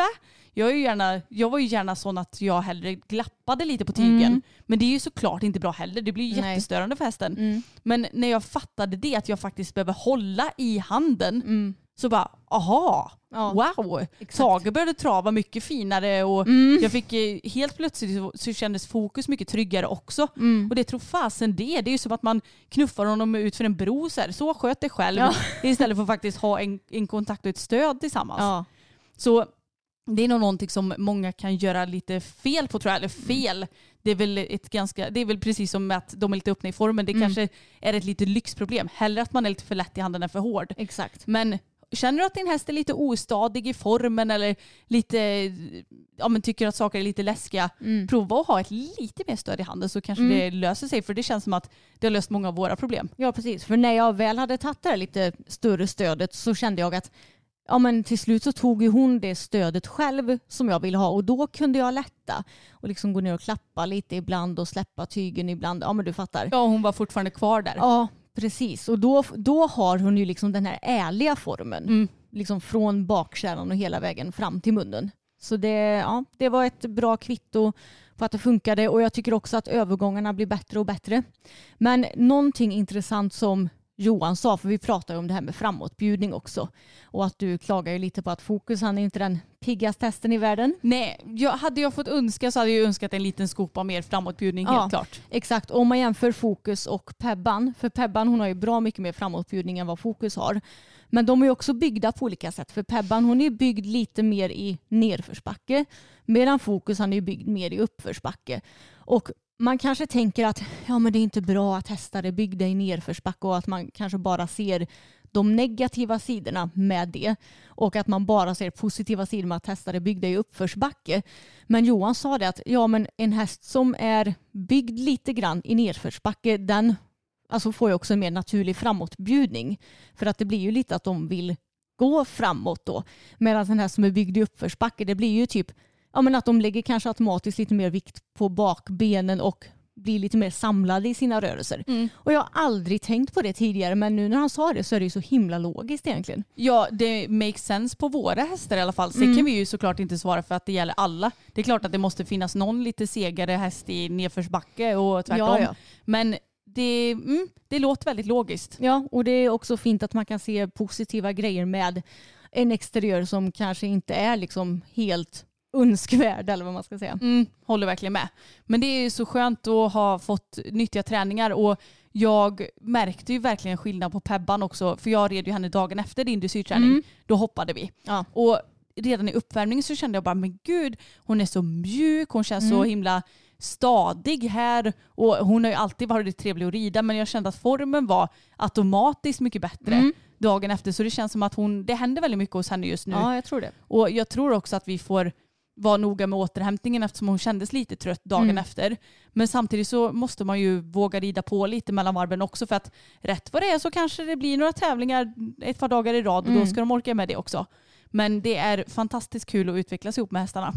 Jag var ju gärna sån att jag hellre glappade lite på tygen. Men det är ju såklart inte bra heller. Det blir ju jättestörande för hästen. Men när jag fattade det, att jag faktiskt behöver hålla i handen, så bara, aha, wow. Tage började trava mycket finare och jag fick helt plötsligt så kändes fokus mycket tryggare också. Och det tror fasen det är ju som att man knuffar honom ut för en bro så sköt det själv istället för att faktiskt ha en kontakt och ett stöd tillsammans. Ja. Så det är nog någonting som många kan göra lite fel på, tror jag. Eller fel. Det är väl precis som att de är lite öppna i formen. Det kanske är ett litet lyxproblem. Hellre att man är lite för lätt i handen än för hård. Exakt. Men känner du att din häst är lite ostadig i formen eller lite, men tycker att saker är lite läskiga, prova att ha ett lite mer stöd i handen, så kanske det löser sig. För det känns som att det har löst många av våra problem. Ja, precis. För när jag väl hade tagit det lite större stödet så kände jag att men till slut så tog ju hon det stödet själv som jag ville ha, och då kunde jag lätta och liksom gå ner och klappa lite ibland och släppa tygen ibland. Ja, men du fattar. Ja, hon var fortfarande kvar där. Ja, precis. Och då har hon ju liksom den här ärliga formen. Liksom från bakkärran och hela vägen fram till munnen. Så det var ett bra kvitto på att det funkade, och jag tycker också att övergångarna blir bättre och bättre. Men någonting intressant som Johan sa, för vi pratar ju om det här med framåtbjudning också, och att du klagar ju lite på att fokus, han är inte den piggaste hästen i världen. Nej, hade jag fått önska så hade jag önskat en liten skopa mer framåtbjudning, helt klart. Exakt, om man jämför fokus och Pebban, för Pebban hon har ju bra mycket mer framåtbjudning än vad fokus har. Men de är ju också byggda på olika sätt, för Pebban hon är byggd lite mer i nerförsbacke, medan fokus han är byggd mer i uppförsbacke. Och man kanske tänker att men det är inte bra att hästar är byggda i nerförsbacke och att man kanske bara ser de negativa sidorna med det och att man bara ser positiva sidor med att hästar är byggda i uppförsbacke. Men Johan sa det att men en häst som är byggd lite grann i nedförsbacke, den alltså får ju också en mer naturlig framåtbjudning. För att det blir ju lite att de vill gå framåt då. Medan den här som är byggd i uppförsbacke, det blir ju typ att de lägger kanske automatiskt lite mer vikt på bakbenen och blir lite mer samlade i sina rörelser. Och jag har aldrig tänkt på det tidigare, men nu när han sa det så är det ju så himla logiskt egentligen. Ja, det makes sense på våra hästar i alla fall. Sen kan vi ju såklart inte svara för att det gäller alla. Det är klart att det måste finnas någon lite segare häst i nedförsbacke och tvärtom. Ja. Men det låter väldigt logiskt. Ja, och det är också fint att man kan se positiva grejer med en exteriör som kanske inte är liksom helt önskvärd eller vad man ska säga. Håller verkligen med. Men det är så skönt att ha fått nyttiga träningar och jag märkte ju verkligen skillnad på Pebban också, för jag red ju henne dagen efter din dressyrträning. Då hoppade vi. Ja. Och redan i uppvärmning så kände jag bara, men gud, hon är så mjuk, hon känns så himla stadig här och hon har ju alltid varit trevlig att rida, men jag kände att formen var automatiskt mycket bättre dagen efter, så det känns som att det händer väldigt mycket hos henne just nu. Ja, jag tror det. Och jag tror också att vi får vara noga med återhämtningen eftersom hon kändes lite trött dagen efter. Men samtidigt så måste man ju våga rida på lite mellan varven också, för att rätt vad det är så kanske det blir några tävlingar ett par dagar i rad och då ska de orka med det också. Men det är fantastiskt kul att utvecklas ihop med hästarna.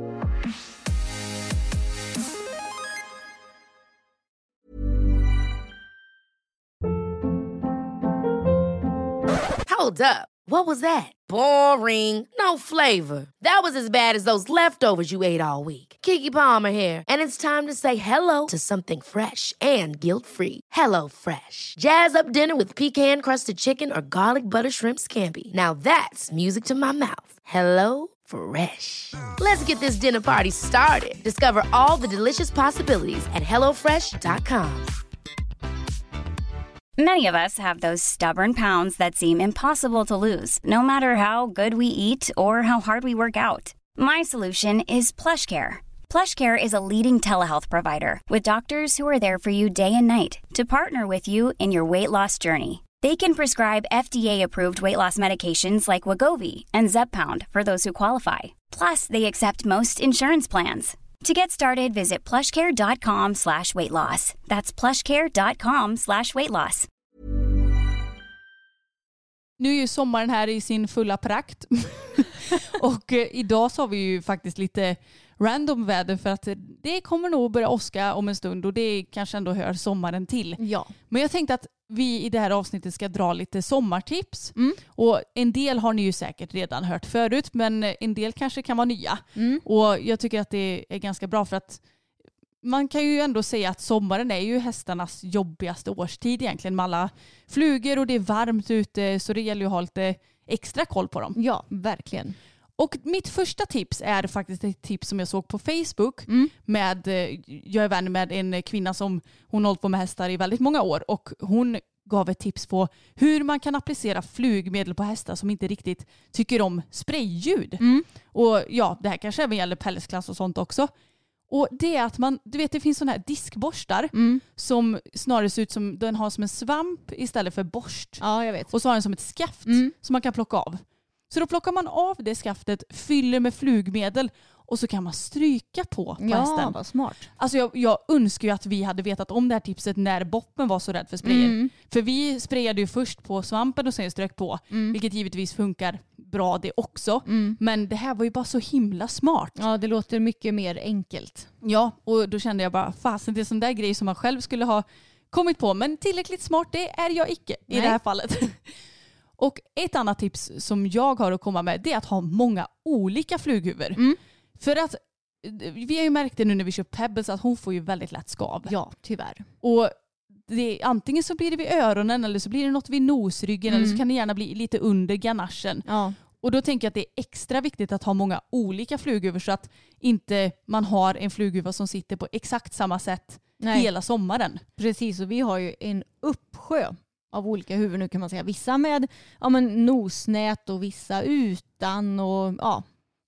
Hold up. What was that? Boring. No flavor. That was as bad as those leftovers you ate all week. Keke Palmer here, and it's time to say hello to something fresh and guilt-free. Hello Fresh. Jazz up dinner with pecan-crusted chicken or garlic butter shrimp scampi. Now that's music to my mouth. Hello Fresh. Let's get this dinner party started. Discover all the delicious possibilities at hellofresh.com. Many of us have those stubborn pounds that seem impossible to lose, no matter how good we eat or how hard we work out. My solution is PlushCare. PlushCare is a leading telehealth provider with doctors who are there for you day and night to partner with you in your weight loss journey. They can prescribe FDA-approved weight loss medications like Wegovy and Zepbound for those who qualify. Plus, they accept most insurance plans. To get started, visit plushcare.com/weightloss. That's plushcare.com/weightloss. Nu är ju sommaren här i sin fulla prakt. Och idag så har vi ju faktiskt lite random väder för att det kommer nog börja åska om en stund och det kanske ändå hör sommaren till. Ja. Men jag tänkte att vi i det här avsnittet ska dra lite sommartips. Och en del har ni ju säkert redan hört förut, men en del kanske kan vara nya. Och jag tycker att det är ganska bra för att man kan ju ändå säga att sommaren är ju hästarnas jobbigaste årstid egentligen med alla flugor och det är varmt ute, så det gäller ju att ha lite extra koll på dem. Ja, verkligen. Och mitt första tips är faktiskt ett tips som jag såg på Facebook. Jag är vän med en kvinna som hon hållit på med hästar i väldigt många år och hon gav ett tips på hur man kan applicera flugmedel på hästar som inte riktigt tycker om sprayljud. Och ja, det här kanske även gäller pälsklass och sånt också. Och det är att det finns sådana här diskborstar som snarare ser ut som, den har som en svamp istället för borst. Ja, jag vet. Och så har den som ett skaft som man kan plocka av. Så då plockar man av det skaftet, fyller med flugmedel och så kan man stryka på hästen. Ja, vad smart. Alltså jag önskar ju att vi hade vetat om det här tipset när Boppen var så rädd för sprayer. För vi sprayade ju först på svampen och sen strök på. Vilket givetvis funkar bra det också. Men det här var ju bara så himla smart. Ja, det låter mycket mer enkelt. Ja, och då kände jag bara, fasen det är sån där grej som man själv skulle ha kommit på. Men tillräckligt smart, det är jag icke i det här fallet. Och ett annat tips som jag har att komma med det är att ha många olika flughuvor. För att vi har ju märkt det nu när vi kör Pebbles att hon får ju väldigt lätt skav. Ja, tyvärr. Och antingen så blir det vid öronen eller så blir det något vid nosryggen eller så kan det gärna bli lite under ganachen. Ja. Och då tänker jag att det är extra viktigt att ha många olika flughuvor så att inte man har en flughuva som sitter på exakt samma sätt hela sommaren. Precis, och vi har ju en uppsjö av olika huvuden nu kan man säga. Vissa med nosnät och vissa utan och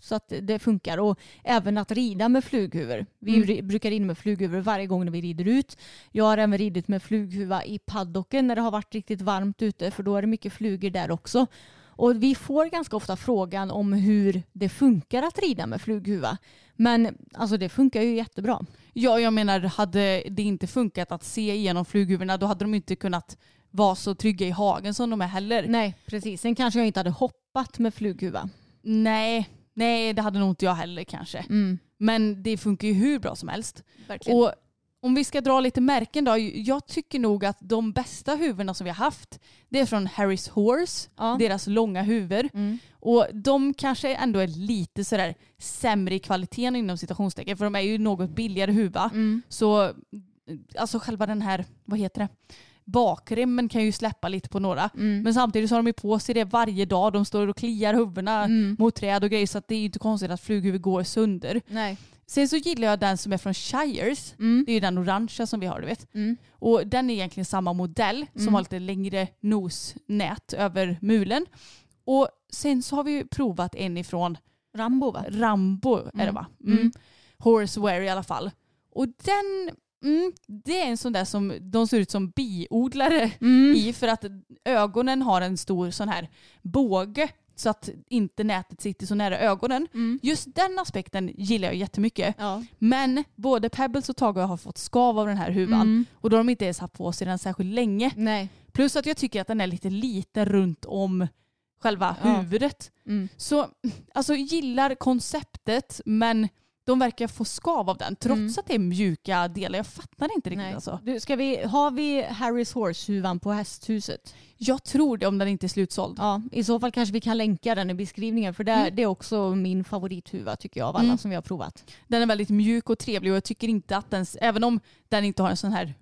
Så att det funkar. Och även att rida med flughuvor. Vi brukar rida med flughuvor varje gång när vi rider ut. Jag har även ridit med flughuva i paddocken när det har varit riktigt varmt ute. För då är det mycket flugor där också. Och vi får ganska ofta frågan om hur det funkar att rida med flughuva. Men alltså det funkar ju jättebra. Ja, jag menar, hade det inte funkat att se igenom flughuvorna, då hade de inte kunnat vara så trygga i hagen som de är heller. Nej, precis. Sen kanske jag inte hade hoppat med flughuva. Nej, det hade nog inte jag heller kanske. Men det funkar ju hur bra som helst. Verkligen. Och om vi ska dra lite märken då, jag tycker nog att de bästa huvorna som vi har haft, det är från Harris Horse, deras långa huvor. Och de kanske ändå är lite sådär sämre i kvaliteten inom citationstecken, för de är ju något billigare huva. Så alltså själva den här, vad heter det? Bakremmen kan ju släppa lite på några. Men samtidigt så har de ju på sig det varje dag. De står och kliar huvudena mot träd och grejer, så att det är ju inte konstigt att flughuvud går sönder. Nej. Sen så gillar jag den som är från Shires. Det är ju den orangea som vi har, du vet. Och den är egentligen samma modell som har lite längre nosnät över mulen. Och sen så har vi ju provat en ifrån Rambo, va? Rambo är det, va? Horsewear i alla fall. Och den... det är en sån där som de ser ut som biodlare i, för att ögonen har en stor sån här båge så att inte nätet sitter så nära ögonen. Just den aspekten gillar jag jättemycket. Ja. Men både Pebbles och Tage har fått skav av den här huvan och då har de inte ens haft på sig den särskilt länge. Nej. Plus att jag tycker att den är lite liten runt om själva huvudet. Så alltså gillar konceptet, men de verkar få skav av den trots att det är mjuka delar. Jag fattar inte riktigt. Alltså. Har vi Harris Horse-huvan på hästhuset? Jag tror det, om den inte är slutsåld. Ja, i så fall kanske vi kan länka den i beskrivningen, för det är också min favorithuva tycker jag av alla som vi har provat. Den är väldigt mjuk och trevlig och jag tycker inte att den, även om den inte har en sån här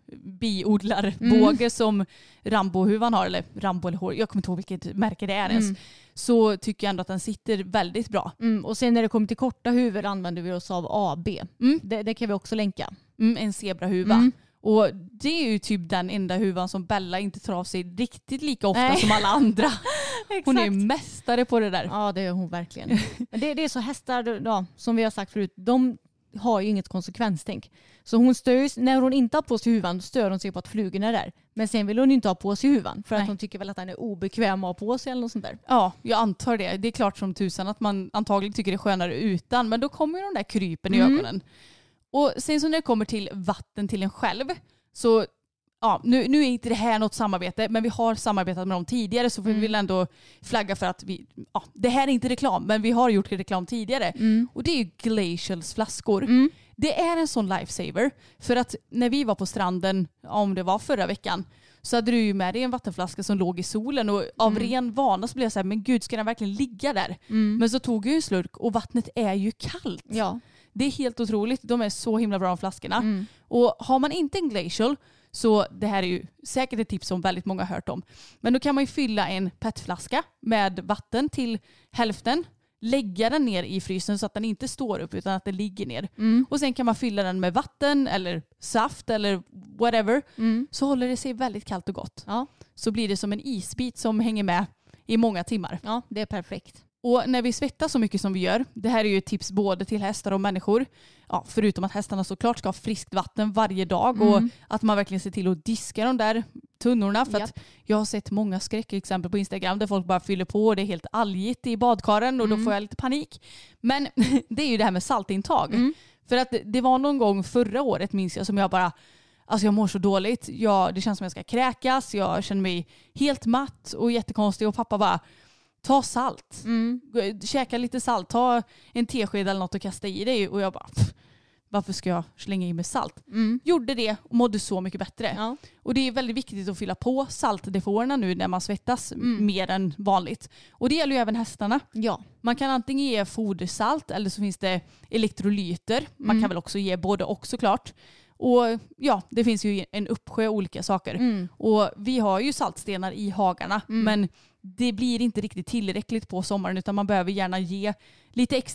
biodlarbåge som Rambo-huvan har, eller Rambo eller Hår, jag kommer inte ihåg vilket märke det är ens, så tycker jag ändå att den sitter väldigt bra. Och sen när det kommer till korta huvor använder vi oss av AB. Det kan vi också länka. En zebrahuva. Och det är ju typ den enda huvan som Bella inte tar av sig riktigt lika ofta som alla andra. Hon är ju mästare på det där. Ja, det är hon verkligen. Men det är så hästar, som vi har sagt förut, de har ju inget konsekvenstänk. Så hon stör, när hon inte har på sig huvan, stör hon sig på att flugorna är där. Men sen vill hon inte ha på sig huvan för att hon tycker väl att den är obekväm att ha på sig eller något sånt där. Ja, jag antar det. Det är klart som tusan att man antagligen tycker det är skönare utan, men då kommer ju de där krypen i ögonen. Och sen så när det kommer till vatten till en själv, så nu är inte det här något samarbete, men vi har samarbetat med dem tidigare, så vi vill ändå flagga för att det här är inte reklam, men vi har gjort reklam tidigare. Och det är ju Glacials flaskor. Det är en sån lifesaver, för att när vi var på stranden, om det var förra veckan, så hade du ju med dig en vattenflaska som låg i solen och av ren vana så blev jag så här, men gud, ska den verkligen ligga där? Men så tog jag en slurk och vattnet är ju kallt. Ja. Det är helt otroligt. De är så himla bra, de flaskorna. Och har man inte en Glacial, så det här är ju säkert ett tips som väldigt många har hört om. Men då kan man ju fylla en petflaska med vatten till hälften. Lägga den ner i frysen så att den inte står upp utan att den ligger ner. Och sen kan man fylla den med vatten eller saft eller whatever. Så håller det sig väldigt kallt och gott. Ja. Så blir det som en isbit som hänger med i många timmar. Ja, det är perfekt. Och när vi svettas så mycket som vi gör, det här är ju ett tips både till hästar och människor. Ja, förutom att hästarna såklart ska ha friskt vatten varje dag och att man verkligen ser till att diska de där tunnorna. För att jag har sett många skräckexempel på Instagram där folk bara fyller på och det är helt algigt i badkaren och då får jag lite panik. Men det är ju det här med saltintag. För att det var någon gång förra året, minns jag, som jag bara... Alltså jag mår så dåligt. Det känns som jag ska kräkas. Jag känner mig helt matt och jättekonstig och pappa bara... Ta salt. Käka lite salt. Ta en tesked eller något och kasta i dig. Och jag bara, varför ska jag slänga i mig salt? Gjorde det och mådde så mycket bättre. Ja. Och det är väldigt viktigt att fylla på saltdepåerna nu när man svettas mer än vanligt. Och det gäller ju även hästarna. Ja. Man kan antingen ge fodersalt eller så finns det elektrolyter. Man kan väl också ge både och såklart. Och ja, det finns ju en uppsjö olika saker. Och vi har ju saltstenar i hagarna. Men det blir inte riktigt tillräckligt på sommaren utan man behöver gärna ge lite extra.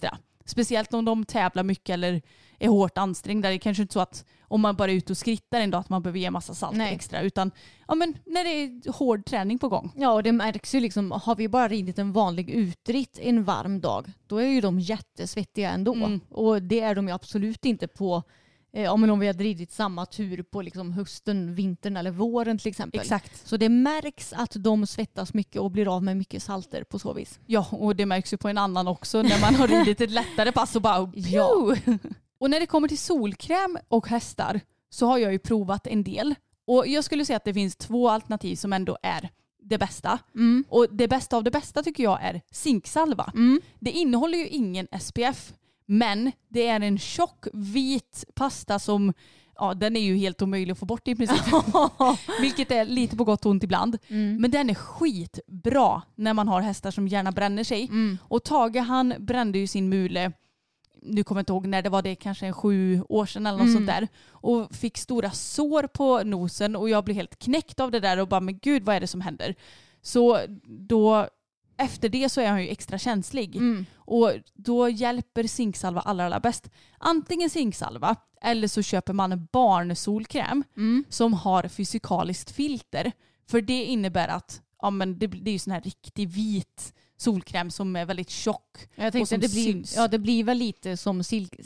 Speciellt om de tävlar mycket eller är hårt ansträngda. Det är kanske inte så att om man bara är ute och skrittar en dag att man behöver ge massa salt extra. Utan när det är hård träning på gång. Ja, och det märks ju liksom, har vi bara ridit en vanlig utritt en varm dag, då är ju de jättesvettiga ändå. Och det är de ju absolut inte på om vi har ridit samma tur på liksom hösten, vintern eller våren till exempel. Exakt. Så det märks att de svettas mycket och blir av med mycket salter på så vis. Ja, och det märks ju på en annan också när man har ridit ett lättare pass och bara ja. Och när det kommer till solkräm och hästar så har jag ju provat en del. Och jag skulle säga att det finns 2 alternativ som ändå är det bästa. Och det bästa av det bästa tycker jag är zinksalva. Det innehåller ju ingen SPF. Men det är en tjock vit pasta som, den är ju helt omöjlig att få bort i princip. Vilket är lite på gott och ont ibland. Men den är skitbra när man har hästar som gärna bränner sig. Och Tage, han brände ju sin mule, nu kommer jag inte ihåg när det var, det kanske 7 år sedan eller något sånt där. Och fick stora sår på nosen och jag blev helt knäckt av det där och bara, men gud, vad är det som händer? Så då efter det så är han ju extra känslig. Och då hjälper zinksalva allra bäst. Antingen zinksalva eller så köper man barnsolkräm som har fysikaliskt filter. För det innebär att det är ju sån här riktig vit solkräm som är väldigt tjock. Jag tänkte och som syns. Ja, det blir väl lite som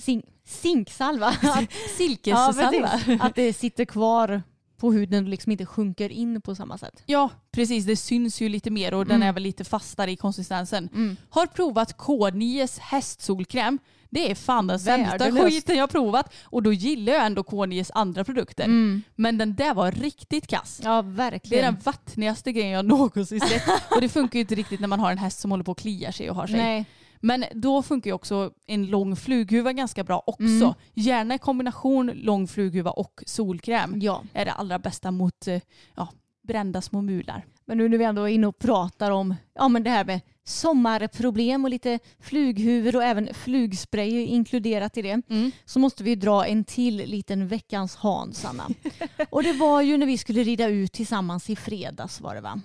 zinksalva. Silkessalva. Att det sitter kvar på huden och liksom inte sjunker in på samma sätt. Ja, precis. Det syns ju lite mer och den är väl lite fastare i konsistensen. Har provat K9s hästsolkräm. Det är fan den sämsta skiten jag har provat. Och då gillar jag ändå K9s andra produkter. Men den där var riktigt kass. Ja, verkligen. Det är den vattnigaste grejen jag någonsin sett. Och det funkar ju inte riktigt när man har en häst som håller på att klia sig och har sig. Nej. Men då funkar ju också en lång flughuva ganska bra också. Gärna i kombination lång flughuva och solkräm. Ja. Är det allra bästa mot brända små mular. Men nu när vi ändå är inne och pratar om det här med sommarproblem och lite flughuvor och även flugspray inkluderat i det, så måste vi dra en till liten veckans Hans, Anna. Och det var ju när vi skulle rida ut tillsammans i fredags var det, va?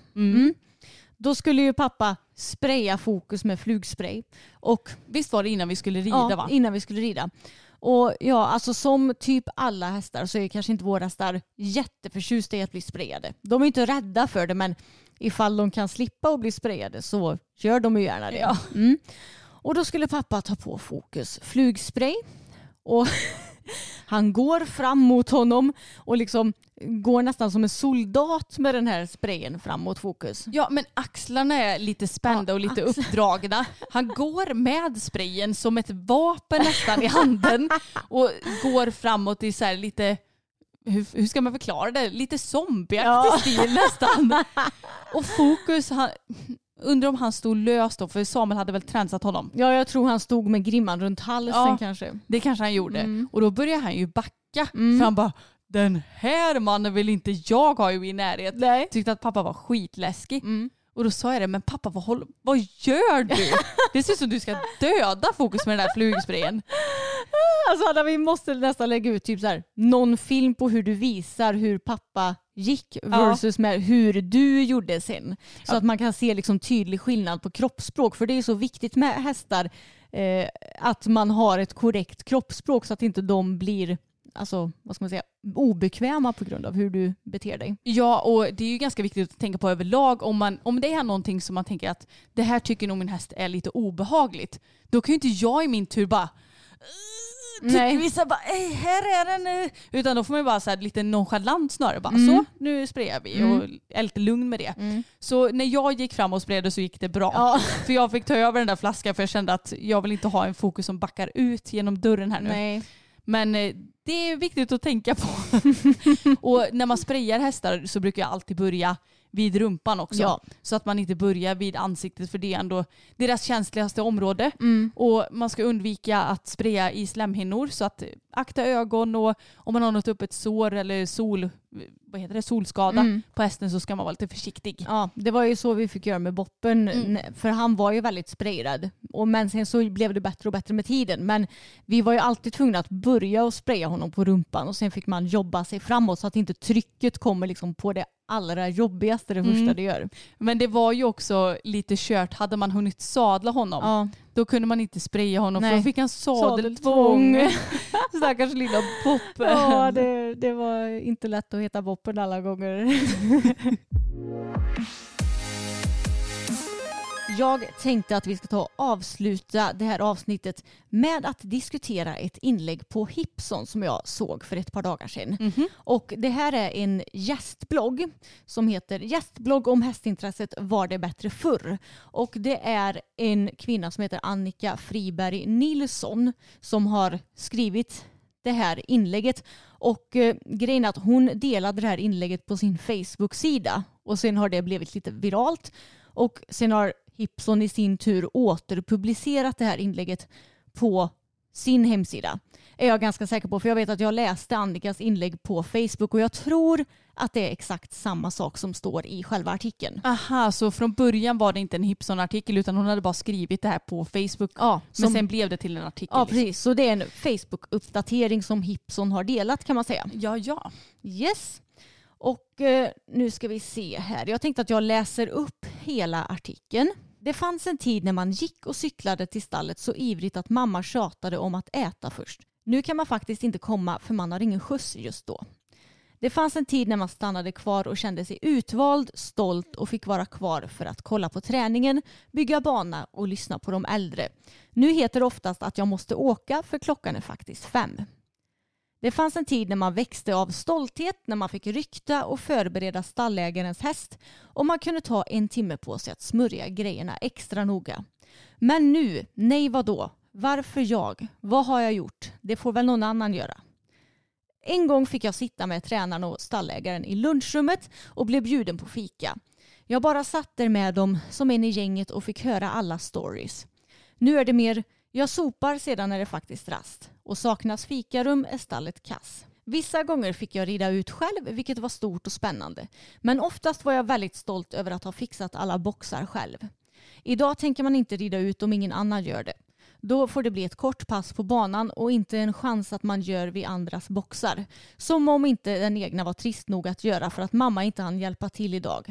Då skulle ju pappa spraya Fokus med flugspray. Och visst var det innan vi skulle rida, va? Innan vi skulle rida. Och alltså som typ alla hästar så är kanske inte våra hästar jätteförtjusta i att bli sprayade. De är inte rädda för det, men ifall de kan slippa att bli sprayade så gör de ju gärna det. Ja. Och då skulle pappa ta på Fokus flugspray. Och han går fram mot honom och liksom går nästan som en soldat med den här sprayen fram mot Fokus. Ja, men axlarna är lite spända och lite uppdragna. Han går med sprayen som ett vapen nästan i handen och går framåt i så här lite, hur ska man förklara det? Lite zombieaktig stil nästan. Och Fokus, undrar om han stod löst då, för Samuel hade väl tränsat honom. Ja, jag tror han stod med grimman runt halsen kanske. Det kanske han gjorde. Och då började han ju backa. För han bara, den här mannen vill inte jag ha i min närhet. Nej. Tyckte att pappa var skitläskig. Och då sa jag det, men pappa, vad gör du? Det ser ut som du ska döda Fokus med den där flugsprayen. Alltså Anna, vi måste nästan lägga ut typ så här, någon film på hur du visar hur pappa gick versus med hur du gjorde sen. Så att man kan se liksom tydlig skillnad på kroppsspråk. För det är så viktigt med hästar att man har ett korrekt kroppsspråk så att inte de blir obekväma på grund av hur du beter dig. Ja, och det är ju ganska viktigt att tänka på överlag. Om det är någonting som man tänker att det här tycker nog min häst är lite obehagligt, då kan ju inte jag i min tur bara vissa bara, här är den. Utan då får man bara så här lite nonchalant snarare. Bara, så, nu sprayar vi och är lite lugn med det. Så när jag gick fram och sprayade så gick det bra. Ja. För jag fick ta över den där flaskan för jag kände att jag vill inte ha en Fokus som backar ut genom dörren här nu. Nej. Men det är viktigt att tänka på. Och när man sprayar hästar så brukar jag alltid börja vid rumpan också. Ja. Så att man inte börjar vid ansiktet, för det är ändå deras känsligaste område. Och man ska undvika att spraya i slemhinnor, så att akta ögon, och om man har något öppet sår eller solskada på hästen så ska man vara lite försiktig. Ja, det var ju så vi fick göra med Boppen, för han var ju väldigt sprayad. Men sen så blev det bättre och bättre med tiden. Men vi var ju alltid tvungna att börja och spraya honom honom på rumpan och sen fick man jobba sig framåt så att inte trycket kommer liksom på det allra jobbigaste det första det gör. Men det var ju också lite kört. Hade man hunnit sadla honom då kunde man inte spraya honom för då fick han sadeltvång. Stackars lilla Boppen. Ja, det var inte lätt att heta Boppen alla gånger. Jag tänkte att vi ska ta och avsluta det här avsnittet med att diskutera ett inlägg på Hipson som jag såg för ett par dagar sedan. Och det här är en gästblogg som heter Gästblogg om hästintresset var det bättre förr. Och det är en kvinna som heter Annika Friberg Nilsson som har skrivit det här inlägget. Och grejen är att hon delade det här inlägget på sin Facebook-sida och sen har det blivit lite viralt. Och sen har Hipson i sin tur återpublicerat det här inlägget på sin hemsida. Är jag ganska säker på, för jag vet att jag läste Annikas inlägg på Facebook och jag tror att det är exakt samma sak som står i själva artikeln. Aha, så från början var det inte en Hipson-artikel utan hon hade bara skrivit det här på Facebook. Ja, men sen blev det till en artikel. Ja, precis. Så det är en Facebook-uppdatering som Hipson har delat kan man säga. Ja. Yes. Och nu ska vi se här. Jag tänkte att jag läser upp hela artikeln. Det fanns en tid när man gick och cyklade till stallet så ivrigt att mamma tjatade om att äta först. Nu kan man faktiskt inte komma för man har ingen skjuts just då. Det fanns en tid när man stannade kvar och kände sig utvald, stolt och fick vara kvar för att kolla på träningen, bygga bana och lyssna på de äldre. Nu heter det oftast att jag måste åka för klockan är faktiskt 5. Det fanns en tid när man växte av stolthet när man fick rykta och förbereda stallägarens häst och man kunde ta 1 timme på sig att smörja grejerna extra noga. Men nu, nej vadå? Varför jag? Vad har jag gjort? Det får väl någon annan göra. En gång fick jag sitta med tränaren och stallägaren i lunchrummet och blev bjuden på fika. Jag bara satt där med dem som en i gänget och fick höra alla stories. Nu är det mer, jag sopar sedan är det faktiskt rast. Och saknas fikarum är stallet kass. Vissa gånger fick jag rida ut själv vilket var stort och spännande. Men oftast var jag väldigt stolt över att ha fixat alla boxar själv. Idag tänker man inte rida ut om ingen annan gör det. Då får det bli ett kort pass på banan och inte en chans att man gör vid andras boxar. Som om inte den egna var trist nog att göra för att mamma inte hann hjälpa till idag.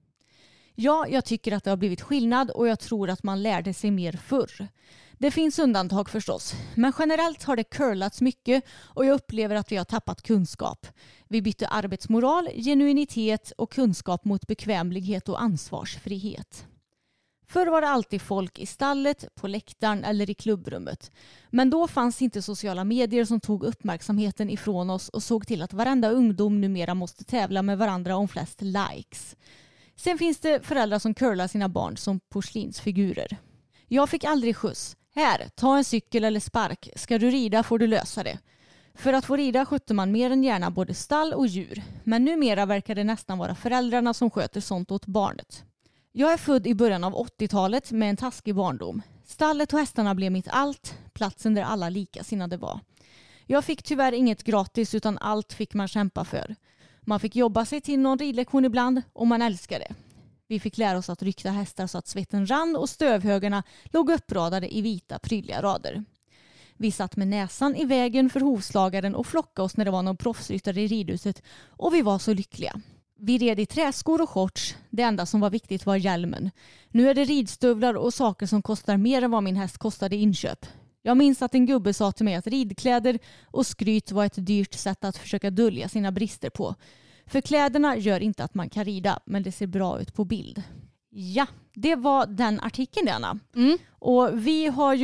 Ja, jag tycker att det har blivit skillnad och jag tror att man lärde sig mer förr. Det finns undantag förstås, men generellt har det curlats mycket och jag upplever att vi har tappat kunskap. Vi bytte arbetsmoral, genuinitet och kunskap mot bekvämlighet och ansvarsfrihet. Förr var det alltid folk i stallet, på läktaren eller i klubbrummet. Men då fanns inte sociala medier som tog uppmärksamheten ifrån oss och såg till att varenda ungdom numera måste tävla med varandra om flest likes. Sen finns det föräldrar som curlar sina barn som porslinsfigurer. Jag fick aldrig skjuts. Här, ta en cykel eller spark. Ska du rida får du lösa det. För att få rida skötte man mer än gärna både stall och djur. Men numera verkar det nästan vara föräldrarna som sköter sånt åt barnet. Jag är född i början av 80-talet med en taskig barndom. Stallet och hästarna blev mitt allt, platsen där alla likasinnade var. Jag fick tyvärr inget gratis utan allt fick man kämpa för. Man fick jobba sig till någon ridlektion ibland och man älskade det. Vi fick lära oss att rykta hästar så att svetten rann och stövhögarna låg uppradade i vita prydliga rader. Vi satt med näsan i vägen för hovslagaren och flockade oss när det var någon proffsryttare i ridhuset och vi var så lyckliga. Vi red i träskor och shorts. Det enda som var viktigt var hjälmen. Nu är det ridstövlar och saker som kostar mer än vad min häst kostade i inköp. Jag minns att en gubbe sa till mig att ridkläder och skryt var ett dyrt sätt att försöka dölja sina brister på. För kläderna gör inte att man kan rida, men det ser bra ut på bild. Ja, det var den artikeln, Anna. Och vi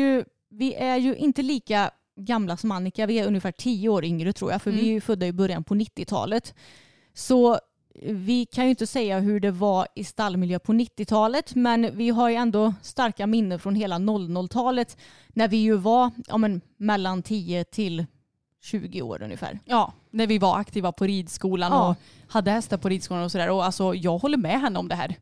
är ju inte lika gamla som Annika. Vi är ungefär 10 år yngre tror jag, för vi är ju födda i början på 90-talet. Så vi kan ju inte säga hur det var i stallmiljö på 90-talet, men vi har ju ändå starka minnen från hela 00-talet när vi ju var mellan 10 till 20 år ungefär. Ja, när vi var aktiva på ridskolan och hade hästar på ridskolan och sådär. Och alltså, jag håller med henne om det här.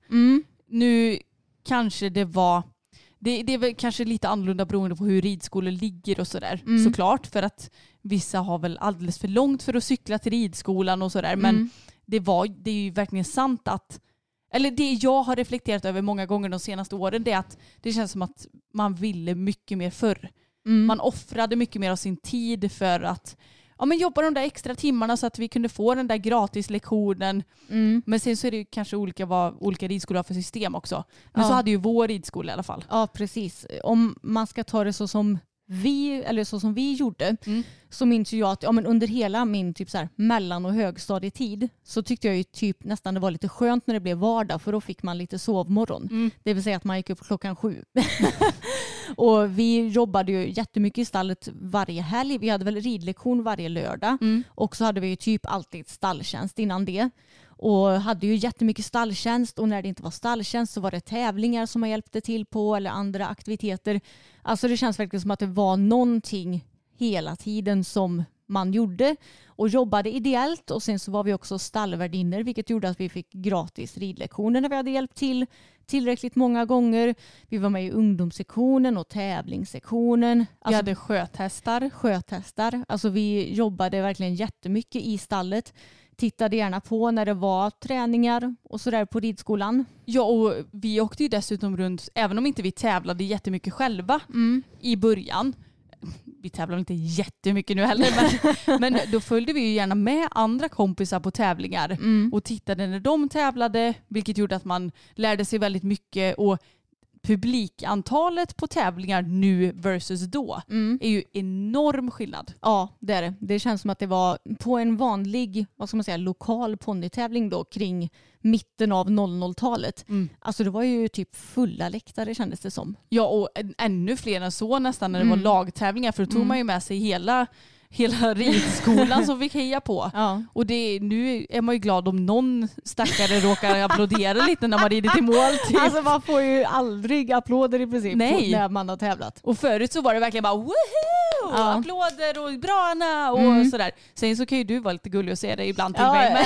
Nu kanske det var... Det är väl kanske lite annorlunda beroende på hur ridskolor ligger och sådär. Såklart, för att vissa har väl alldeles för långt för att cykla till ridskolan och sådär. Men det är ju verkligen sant att... Eller det jag har reflekterat över många gånger de senaste åren, det är att det känns som att man ville mycket mer förr. Man offrade mycket mer av sin tid för att men jobba de där extra timmarna så att vi kunde få den där gratislektionen. Men sen så är det ju kanske olika vad olika ridskolor har för system också. Men så hade ju vår ridskola i alla fall. Ja, precis. Om man ska ta det så som vi gjorde, så minns jag att men under hela min typ så här mellan- och högstadietid så tyckte jag ju typ nästan det var lite skönt när det blev vardag, för då fick man lite sovmorgon. Det vill säga att man gick upp 7:00. Och vi jobbade ju jättemycket i stallet varje helg. Vi hade väl ridlektion varje lördag. Och så hade vi ju typ alltid stalltjänst innan det. Och hade ju jättemycket stalltjänst, och när det inte var stalltjänst så var det tävlingar som man hjälpte till på eller andra aktiviteter. Alltså det känns verkligen som att det var någonting hela tiden som man gjorde och jobbade ideellt, och sen så var vi också stallvärdinnor, vilket gjorde att vi fick gratis ridlektioner när vi hade hjälpt till tillräckligt många gånger. Vi var med i ungdomssektionen och tävlingssektionen. Vi hade sköthästar. Alltså vi jobbade verkligen jättemycket i stallet. Tittade gärna på när det var träningar och sådär på ridskolan. Ja, och vi åkte ju dessutom runt, även om inte vi tävlade jättemycket själva i början. Vi tävlar inte jättemycket nu heller, men då följde vi ju gärna med andra kompisar på tävlingar och tittade när de tävlade, vilket gjorde att man lärde sig väldigt mycket. Och publikantalet på tävlingar nu versus då är ju enorm skillnad. Ja, det är det. Det känns som att det var på en vanlig, lokal ponnytävling då kring mitten av 00-talet. Alltså det var ju typ fulla läktare kändes det som. Ja, och ännu fler än så nästan när det var lagtävlingar, för då tog man ju med sig hela ridskolan som fick heja på. Ja. Och nu är man ju glad om någon stackare råkar applådera lite när man rider till mål. Typ. Alltså man får ju aldrig applåder i princip när man har tävlat. Och förut så var det verkligen bara woohoo! Ja. Applåder och bra Anna och sådär. Sen så kan ju du vara lite gullig och säga det ibland till mig.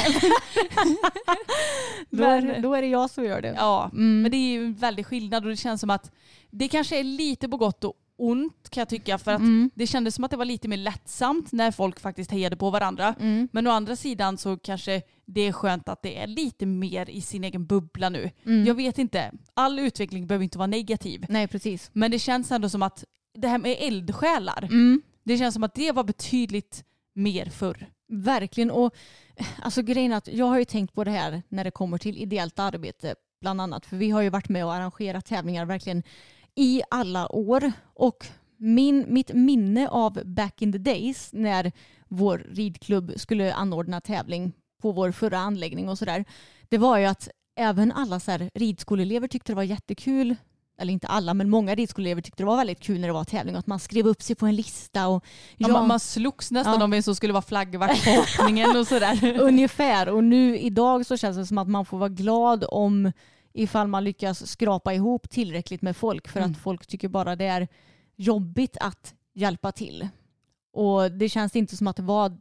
Då är det jag som gör det. Ja, men det är ju en väldig skillnad, och det känns som att det kanske är lite på gott och ont kan jag tycka, för att det kändes som att det var lite mer lättsamt när folk faktiskt hejade på varandra. Men å andra sidan så kanske det är skönt att det är lite mer i sin egen bubbla nu. Jag vet inte, all utveckling behöver inte vara negativ. Nej, precis. Men det känns ändå som att det här med eldsjälar, det känns som att det var betydligt mer förr. Verkligen, och alltså grejen är att jag har ju tänkt på det här när det kommer till ideellt arbete bland annat, för vi har ju varit med och arrangerat tävlingar verkligen i alla år, och mitt minne av back in the days när vår ridklubb skulle anordna tävling på vår förra anläggning och sådär, det var ju att även alla så här ridskoleelever tyckte det var jättekul, eller inte alla, men många ridskoleelever tyckte det var väldigt kul när det var tävling, att man skrev upp sig på en lista och man slogs nästan om vem som skulle vara flaggvakt på hoppningen och sådär. Ungefär, och nu idag så känns det som att man får vara glad om ifall man lyckas skrapa ihop tillräckligt med folk, för att folk tycker bara det är jobbigt att hjälpa till. Och det känns inte som att det var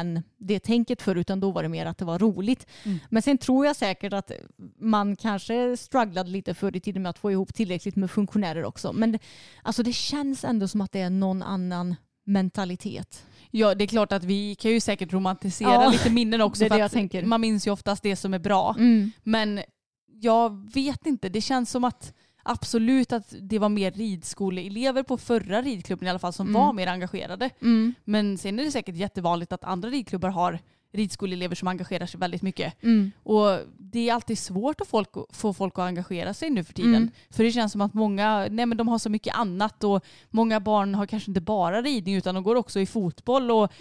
det tänket för, utan då var det mer att det var roligt. Men sen tror jag säkert att man kanske strugglade lite förr i tiden med att få ihop tillräckligt med funktionärer också. Men alltså det känns ändå som att det är någon annan mentalitet. Ja, det är klart att vi kan ju säkert romantisera lite minnen också. Det är det jag tänker. Man minns ju oftast det som är bra. Men jag vet inte, det känns som att absolut att det var mer ridskoleelever på förra ridklubben i alla fall som var mer engagerade. Men sen är det säkert jättevanligt att andra ridklubbar har ridskoleelever som engagerar sig väldigt mycket. Och det är alltid svårt att få folk att engagera sig nu för tiden. För det känns som att många, de har så mycket annat, och många barn har kanske inte bara ridning utan de går också i fotboll och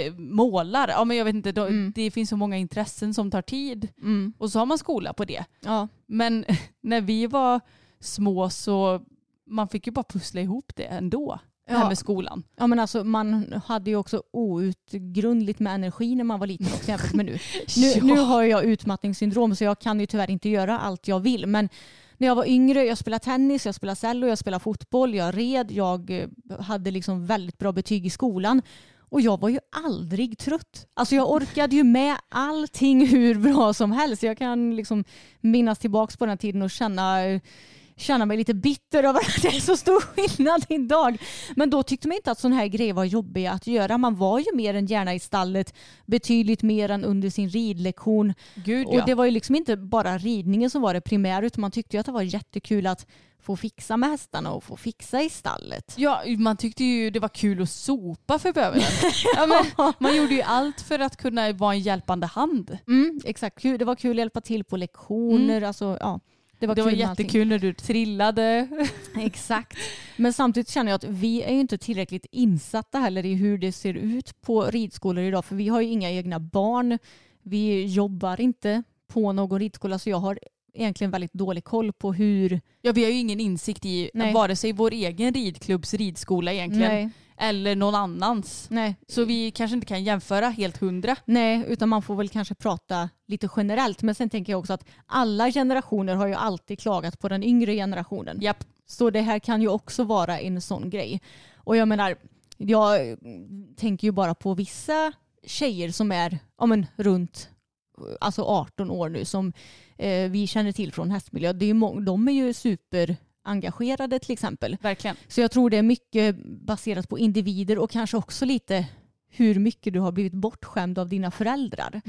målar. Ja, men jag vet inte, det finns så många intressen som tar tid. Och så har man skola på det. Ja. Men när vi var små så man fick ju bara pussla ihop det ändå. Det här med skolan. Ja, men alltså man hade ju också outgrundligt med energi när man var liten också jämfört med nu. Nu har jag utmattningssyndrom, så jag kan ju tyvärr inte göra allt jag vill. Men när jag var yngre, jag spelade tennis, jag spelade cello, jag spelade fotboll, jag red, jag hade liksom väldigt bra betyg i skolan. Och jag var ju aldrig trött. Alltså jag orkade ju med allting hur bra som helst. Jag kan liksom minnas tillbaka på den tiden och känna känna mig lite bitter över att det är så stor skillnad idag. Men då tyckte man inte att sån här grejer var jobbiga att göra. Man var ju mer än gärna i stallet, betydligt mer än under sin ridlektion. Gud, och det var ju liksom inte bara ridningen som var det primära, utan man tyckte ju att det var jättekul att få fixa med hästarna och få fixa i stallet. Ja, man tyckte ju det var kul att sopa för bövelen. Man gjorde ju allt för att kunna vara en hjälpande hand. Exakt, det var kul att hjälpa till på lektioner. Alltså, ja, det var jättekul när du trillade. Exakt. Men samtidigt känner jag att vi är ju inte tillräckligt insatta heller i hur det ser ut på ridskolor idag. För vi har ju inga egna barn. Vi jobbar inte på någon ridskola, så jag har egentligen väldigt dålig koll på hur... Ja, vi har ju ingen insikt i vare sig vår egen ridklubbs ridskola egentligen eller någon annans. Nej. Så vi kanske inte kan jämföra helt 100. Nej, utan man får väl kanske prata lite generellt. Men sen tänker jag också att alla generationer har ju alltid klagat på den yngre generationen. Japp. Så det här kan ju också vara en sån grej. Och jag menar, jag tänker ju bara på vissa tjejer som är runt alltså 18 år nu som vi känner till från hästmiljö. Det är de är ju superengagerade till exempel. Verkligen. Så jag tror det är mycket baserat på individer och kanske också lite hur mycket du har blivit bortskämd av dina föräldrar.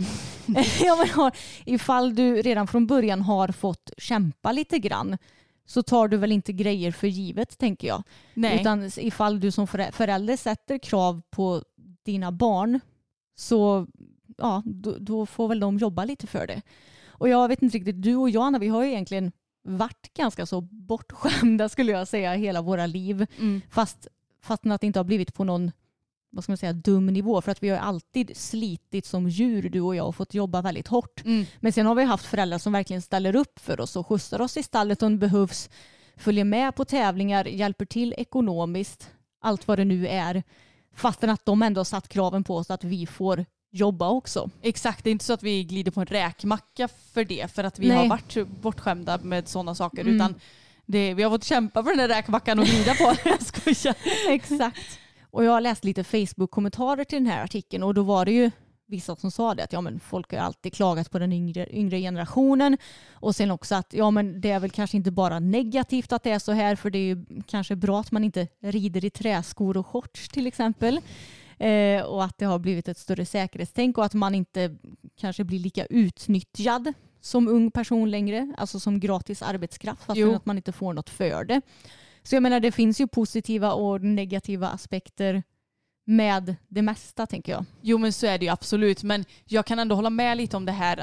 Ifall du redan från början har fått kämpa lite grann, så tar du väl inte grejer för givet, tänker jag. Nej. Utan ifall du som förälder sätter krav på dina barn, så ja, då får väl de jobba lite för det. Och jag vet inte riktigt, du och jag, vi har ju egentligen varit ganska så bortskämda, skulle jag säga, hela våra liv. Fast att det inte har blivit på någon, vad ska man säga, dum nivå. För att vi har alltid slitit som djur, du och jag, och fått jobba väldigt hårt. Men sen har vi haft föräldrar som verkligen ställer upp för oss och skjutsar oss i stallet om det behövs, följer med på tävlingar, hjälper till ekonomiskt, allt vad det nu är. Fastän att de ändå har satt kraven på oss att vi får jobba också. Exakt, det är inte så att vi glider på en räkmacka för det, för att vi har varit bortskämda med sådana saker, utan vi har fått kämpa för den där räkmackan och glida på. Jag skojar. Exakt. Och jag har läst lite Facebook-kommentarer till den här artikeln, och då var det ju vissa som sa det att folk har alltid klagat på den yngre generationen, och sen också att det är väl kanske inte bara negativt att det är så här, för det är ju kanske bra att man inte rider i träskor och shorts till exempel. Och att det har blivit ett större säkerhetstänk, och att man inte kanske blir lika utnyttjad som ung person längre, alltså som gratis arbetskraft, fast att man inte får något för det. Så jag menar, det finns ju positiva och negativa aspekter med det mesta, tänker jag. Jo, men så är det ju absolut, men jag kan ändå hålla med lite om det här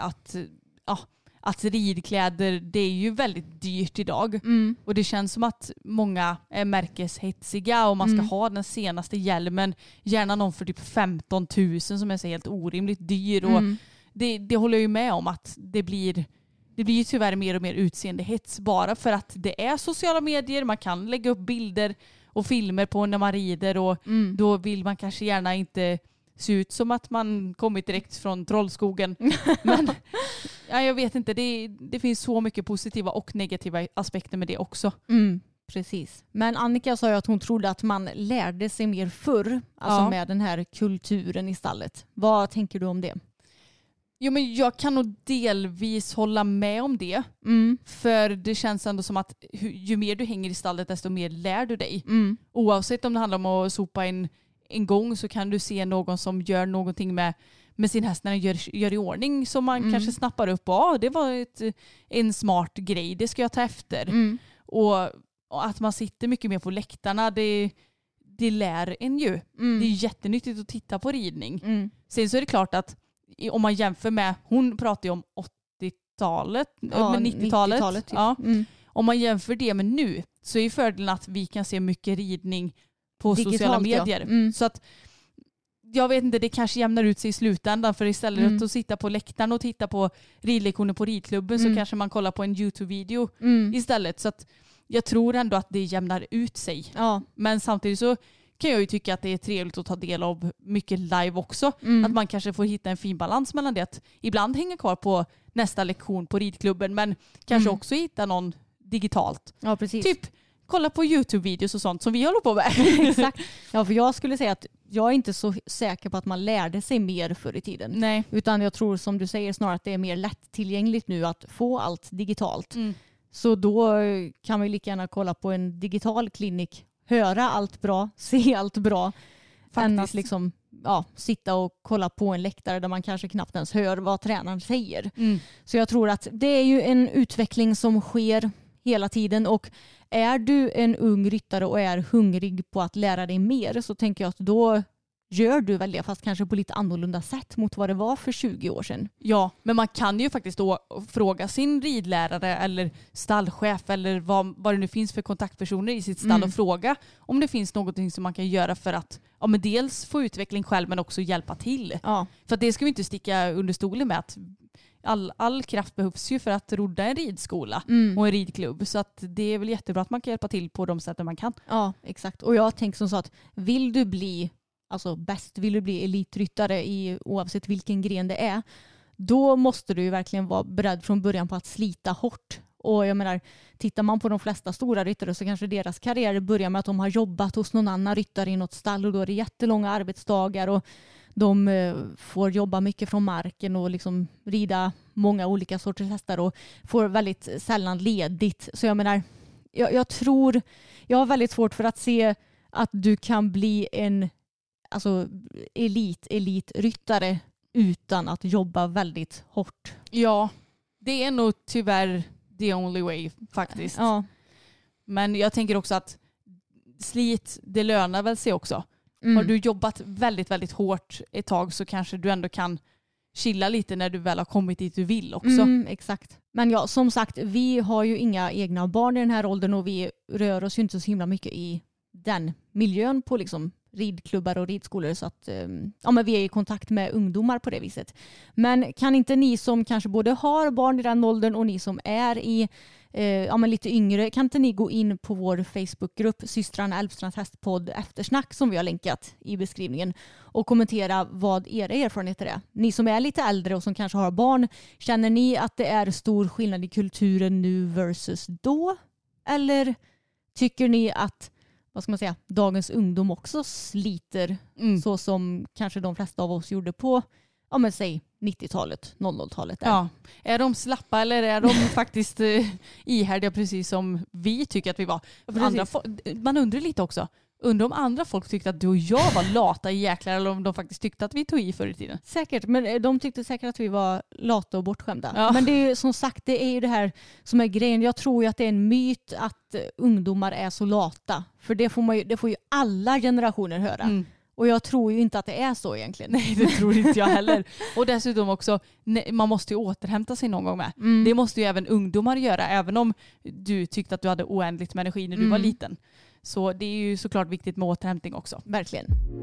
att ridkläder, det är ju väldigt dyrt idag. Och det känns som att många är märkeshetsiga och man ska ha den senaste hjälmen. Gärna någon för typ 15 000 som är så helt orimligt dyr. Och det håller jag ju med om, att det blir ju tyvärr mer och mer utseendehets bara för att det är sociala medier. Man kan lägga upp bilder och filmer på när man rider, och då vill man kanske gärna inte se ut som att man kommit direkt från Trollskogen. Men jag vet inte, det finns så mycket positiva och negativa aspekter med det också. Precis. Men Annika sa ju att hon trodde att man lärde sig mer förr, alltså med den här kulturen i stallet. Vad tänker du om det? Jo, men jag kan nog delvis hålla med om det. För det känns ändå som att ju mer du hänger i stallet, desto mer lär du dig. Oavsett om det handlar om att sopa en gång, så kan du se någon som gör någonting med sin häst när den gör i ordning, som man kanske snappar upp. Det var en smart grej, det ska jag ta efter. Och att man sitter mycket mer på läktarna, det lär en ju. Det är jättenyttigt att titta på ridning. Sen så är det klart att om man jämför med, hon pratar ju om 80-talet, men 90-talet. Ja. Om man jämför det med nu, så är fördelen att vi kan se mycket ridning på digitalt, sociala medier. Så att jag vet inte, det kanske jämnar ut sig i slutändan, för istället för att sitta på läktaren och titta på ridlektioner på ridklubben, så kanske man kollar på en YouTube-video istället. Så att jag tror ändå att det jämnar ut sig. Men samtidigt så kan jag ju tycka att det är trevligt att ta del av mycket live också. Att man kanske får hitta en fin balans mellan det. Att ibland hänga kvar på nästa lektion på ridklubben, men kanske också hitta någon digitalt. Ja, precis. Typ kolla på YouTube-videos och sånt som vi håller på med. Exakt. Ja, för jag skulle säga att jag är inte så säker på att man lärde sig mer förr i tiden. Nej. Utan jag tror, som du säger, snarare att det är mer lättillgängligt nu att få allt digitalt. Så då kan man ju lika gärna kolla på en digital klinik, höra allt bra, se allt bra, än att liksom, sitta och kolla på en läktare där man kanske knappt ens hör vad tränaren säger. Så jag tror att det är ju en utveckling som sker hela tiden, och är du en ung ryttare och är hungrig på att lära dig mer, så tänker jag att då gör du väl det, fast kanske på lite annorlunda sätt mot vad det var för 20 år sedan. Ja, men man kan ju faktiskt då fråga sin ridlärare eller stallchef eller vad det nu finns för kontaktpersoner i sitt stall och fråga om det finns någonting som man kan göra för att men dels få utveckling själv men också hjälpa till. Ja. För att det ska vi inte sticka under stolen med, att all kraft behövs ju för att rodda en ridskola och en ridklubb. Så att det är väl jättebra att man kan hjälpa till på de sätten man kan. Ja, exakt. Och jag tänker som så att vill du bli bäst, vill du bli elitryttare oavsett vilken gren det är, då måste du ju verkligen vara beredd från början på att slita hårt. Och jag menar, tittar man på de flesta stora ryttare så kanske deras karriär börjar med att de har jobbat hos någon annan ryttare i något stall, och då är det jättelånga arbetsdagar och de får jobba mycket från marken och liksom rida många olika sorters hästar och får väldigt sällan ledigt. Så jag menar, jag har väldigt svårt för att se att du kan bli en elitryttare utan att jobba väldigt hårt. Ja, det är nog tyvärr the only way faktiskt. Ja. Men jag tänker också att slit, det lönar väl sig också. Har du jobbat väldigt, väldigt hårt ett tag så kanske du ändå kan chilla lite när du väl har kommit dit du vill också. Exakt. Men ja, som sagt, vi har ju inga egna barn i den här åldern och vi rör oss ju inte så himla mycket i den miljön på liksom ridklubbar och ridskolor, så att men vi är i kontakt med ungdomar på det viset. Men kan inte ni som kanske både har barn i den åldern och ni som är i lite yngre, kan inte ni gå in på vår Facebookgrupp Systrarna Älvstrands hästpodd Eftersnack, som vi har länkat i beskrivningen, och kommentera vad era erfarenheter är. Ni som är lite äldre och som kanske har barn, känner ni att det är stor skillnad i kulturen nu versus då? Eller tycker ni att dagens ungdom också sliter så som kanske de flesta av oss gjorde på säg 90-talet, 00-talet. Ja. Är de slappa eller är de faktiskt ihärdiga precis som vi tycker att vi var? Man undrar lite också. Undrar om andra folk tyckte att du och jag var lata jäklar, eller om de faktiskt tyckte att vi tog i förr i tiden. Säkert, men de tyckte säkert att vi var lata och bortskämda. Ja. Men det är ju som sagt, det är ju det här som är grejen. Jag tror ju att det är en myt att ungdomar är så lata. För det får ju alla generationer höra. Och jag tror ju inte att det är så egentligen. Nej, det tror inte jag heller. Och dessutom också, man måste ju återhämta sig någon gång med. Det måste ju även ungdomar göra, även om du tyckte att du hade oändligt med energi när du var liten. Så det är ju såklart viktigt med återhämtning också. Verkligen.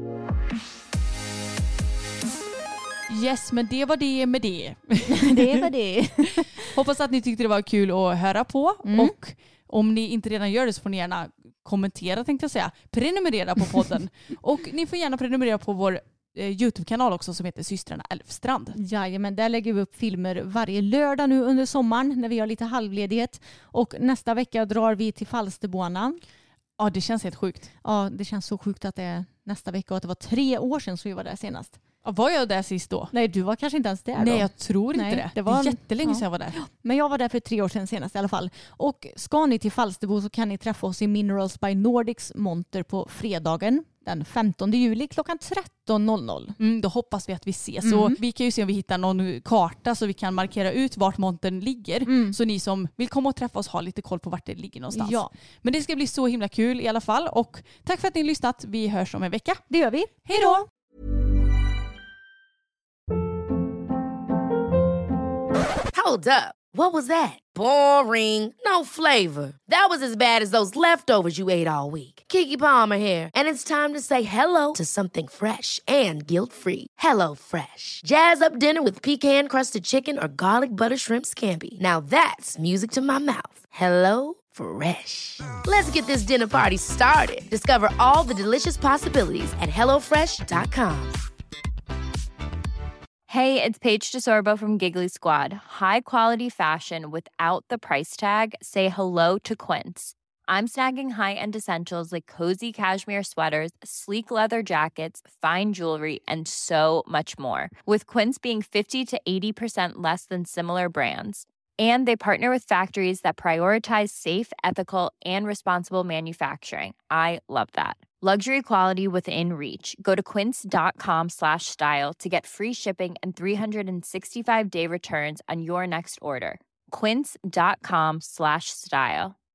Yes, men det var det med det. Det var det. Hoppas att ni tyckte det var kul att höra på. Och om ni inte redan gör det så får ni gärna kommentera, tänkte jag säga. Prenumerera på podden. Och ni får gärna prenumerera på vår YouTube-kanal också som heter Systrarna Älvstrand. Jajamän, där lägger vi upp filmer varje lördag nu under sommaren när vi har lite halvledighet. Och nästa vecka drar vi till Falsterboarna. Ja, det känns helt sjukt. Ja, det känns så sjukt att det är nästa vecka och att det var 3 år sedan som vi var där senast. Ja, var jag där sist då? Nej, du var kanske inte ens där då. Nej, jag tror inte det. Det var jättelänge sedan jag var där. Men jag var där för 3 år sedan senast i alla fall. Och ska ni till Falsterbo så kan ni träffa oss i Minerals by Nordics monter på fredagen den 15 juli klockan 13.00. Då hoppas vi att vi ses. Så vi kan ju se om vi hittar någon karta så vi kan markera ut vart montern ligger. Så ni som vill komma och träffa oss har lite koll på vart det ligger någonstans. Ja. Men det ska bli så himla kul i alla fall. Och tack för att ni har lyssnat. Vi hörs om en vecka. Det gör vi. Hej då! Hold up. What was that? Boring. No flavor. That was as bad as those leftovers you ate all week. Keke Palmer here, and it's time to say hello to something fresh and guilt-free. Hello Fresh. Jazz up dinner with pecan-crusted chicken or garlic butter shrimp scampi. Now that's music to my mouth. Hello Fresh. Let's get this dinner party started. Discover all the delicious possibilities at hellofresh.com. Hey, it's Paige DeSorbo from Giggly Squad. High quality fashion without the price tag. Say hello to Quince. I'm snagging high-end essentials like cozy cashmere sweaters, sleek leather jackets, fine jewelry, and so much more. With Quince being 50 to 80% less than similar brands. And they partner with factories that prioritize safe, ethical, and responsible manufacturing. I love that. Luxury quality within reach. Go to quince.com/style to get free shipping and 365-day returns on your next order. Quince.com/style.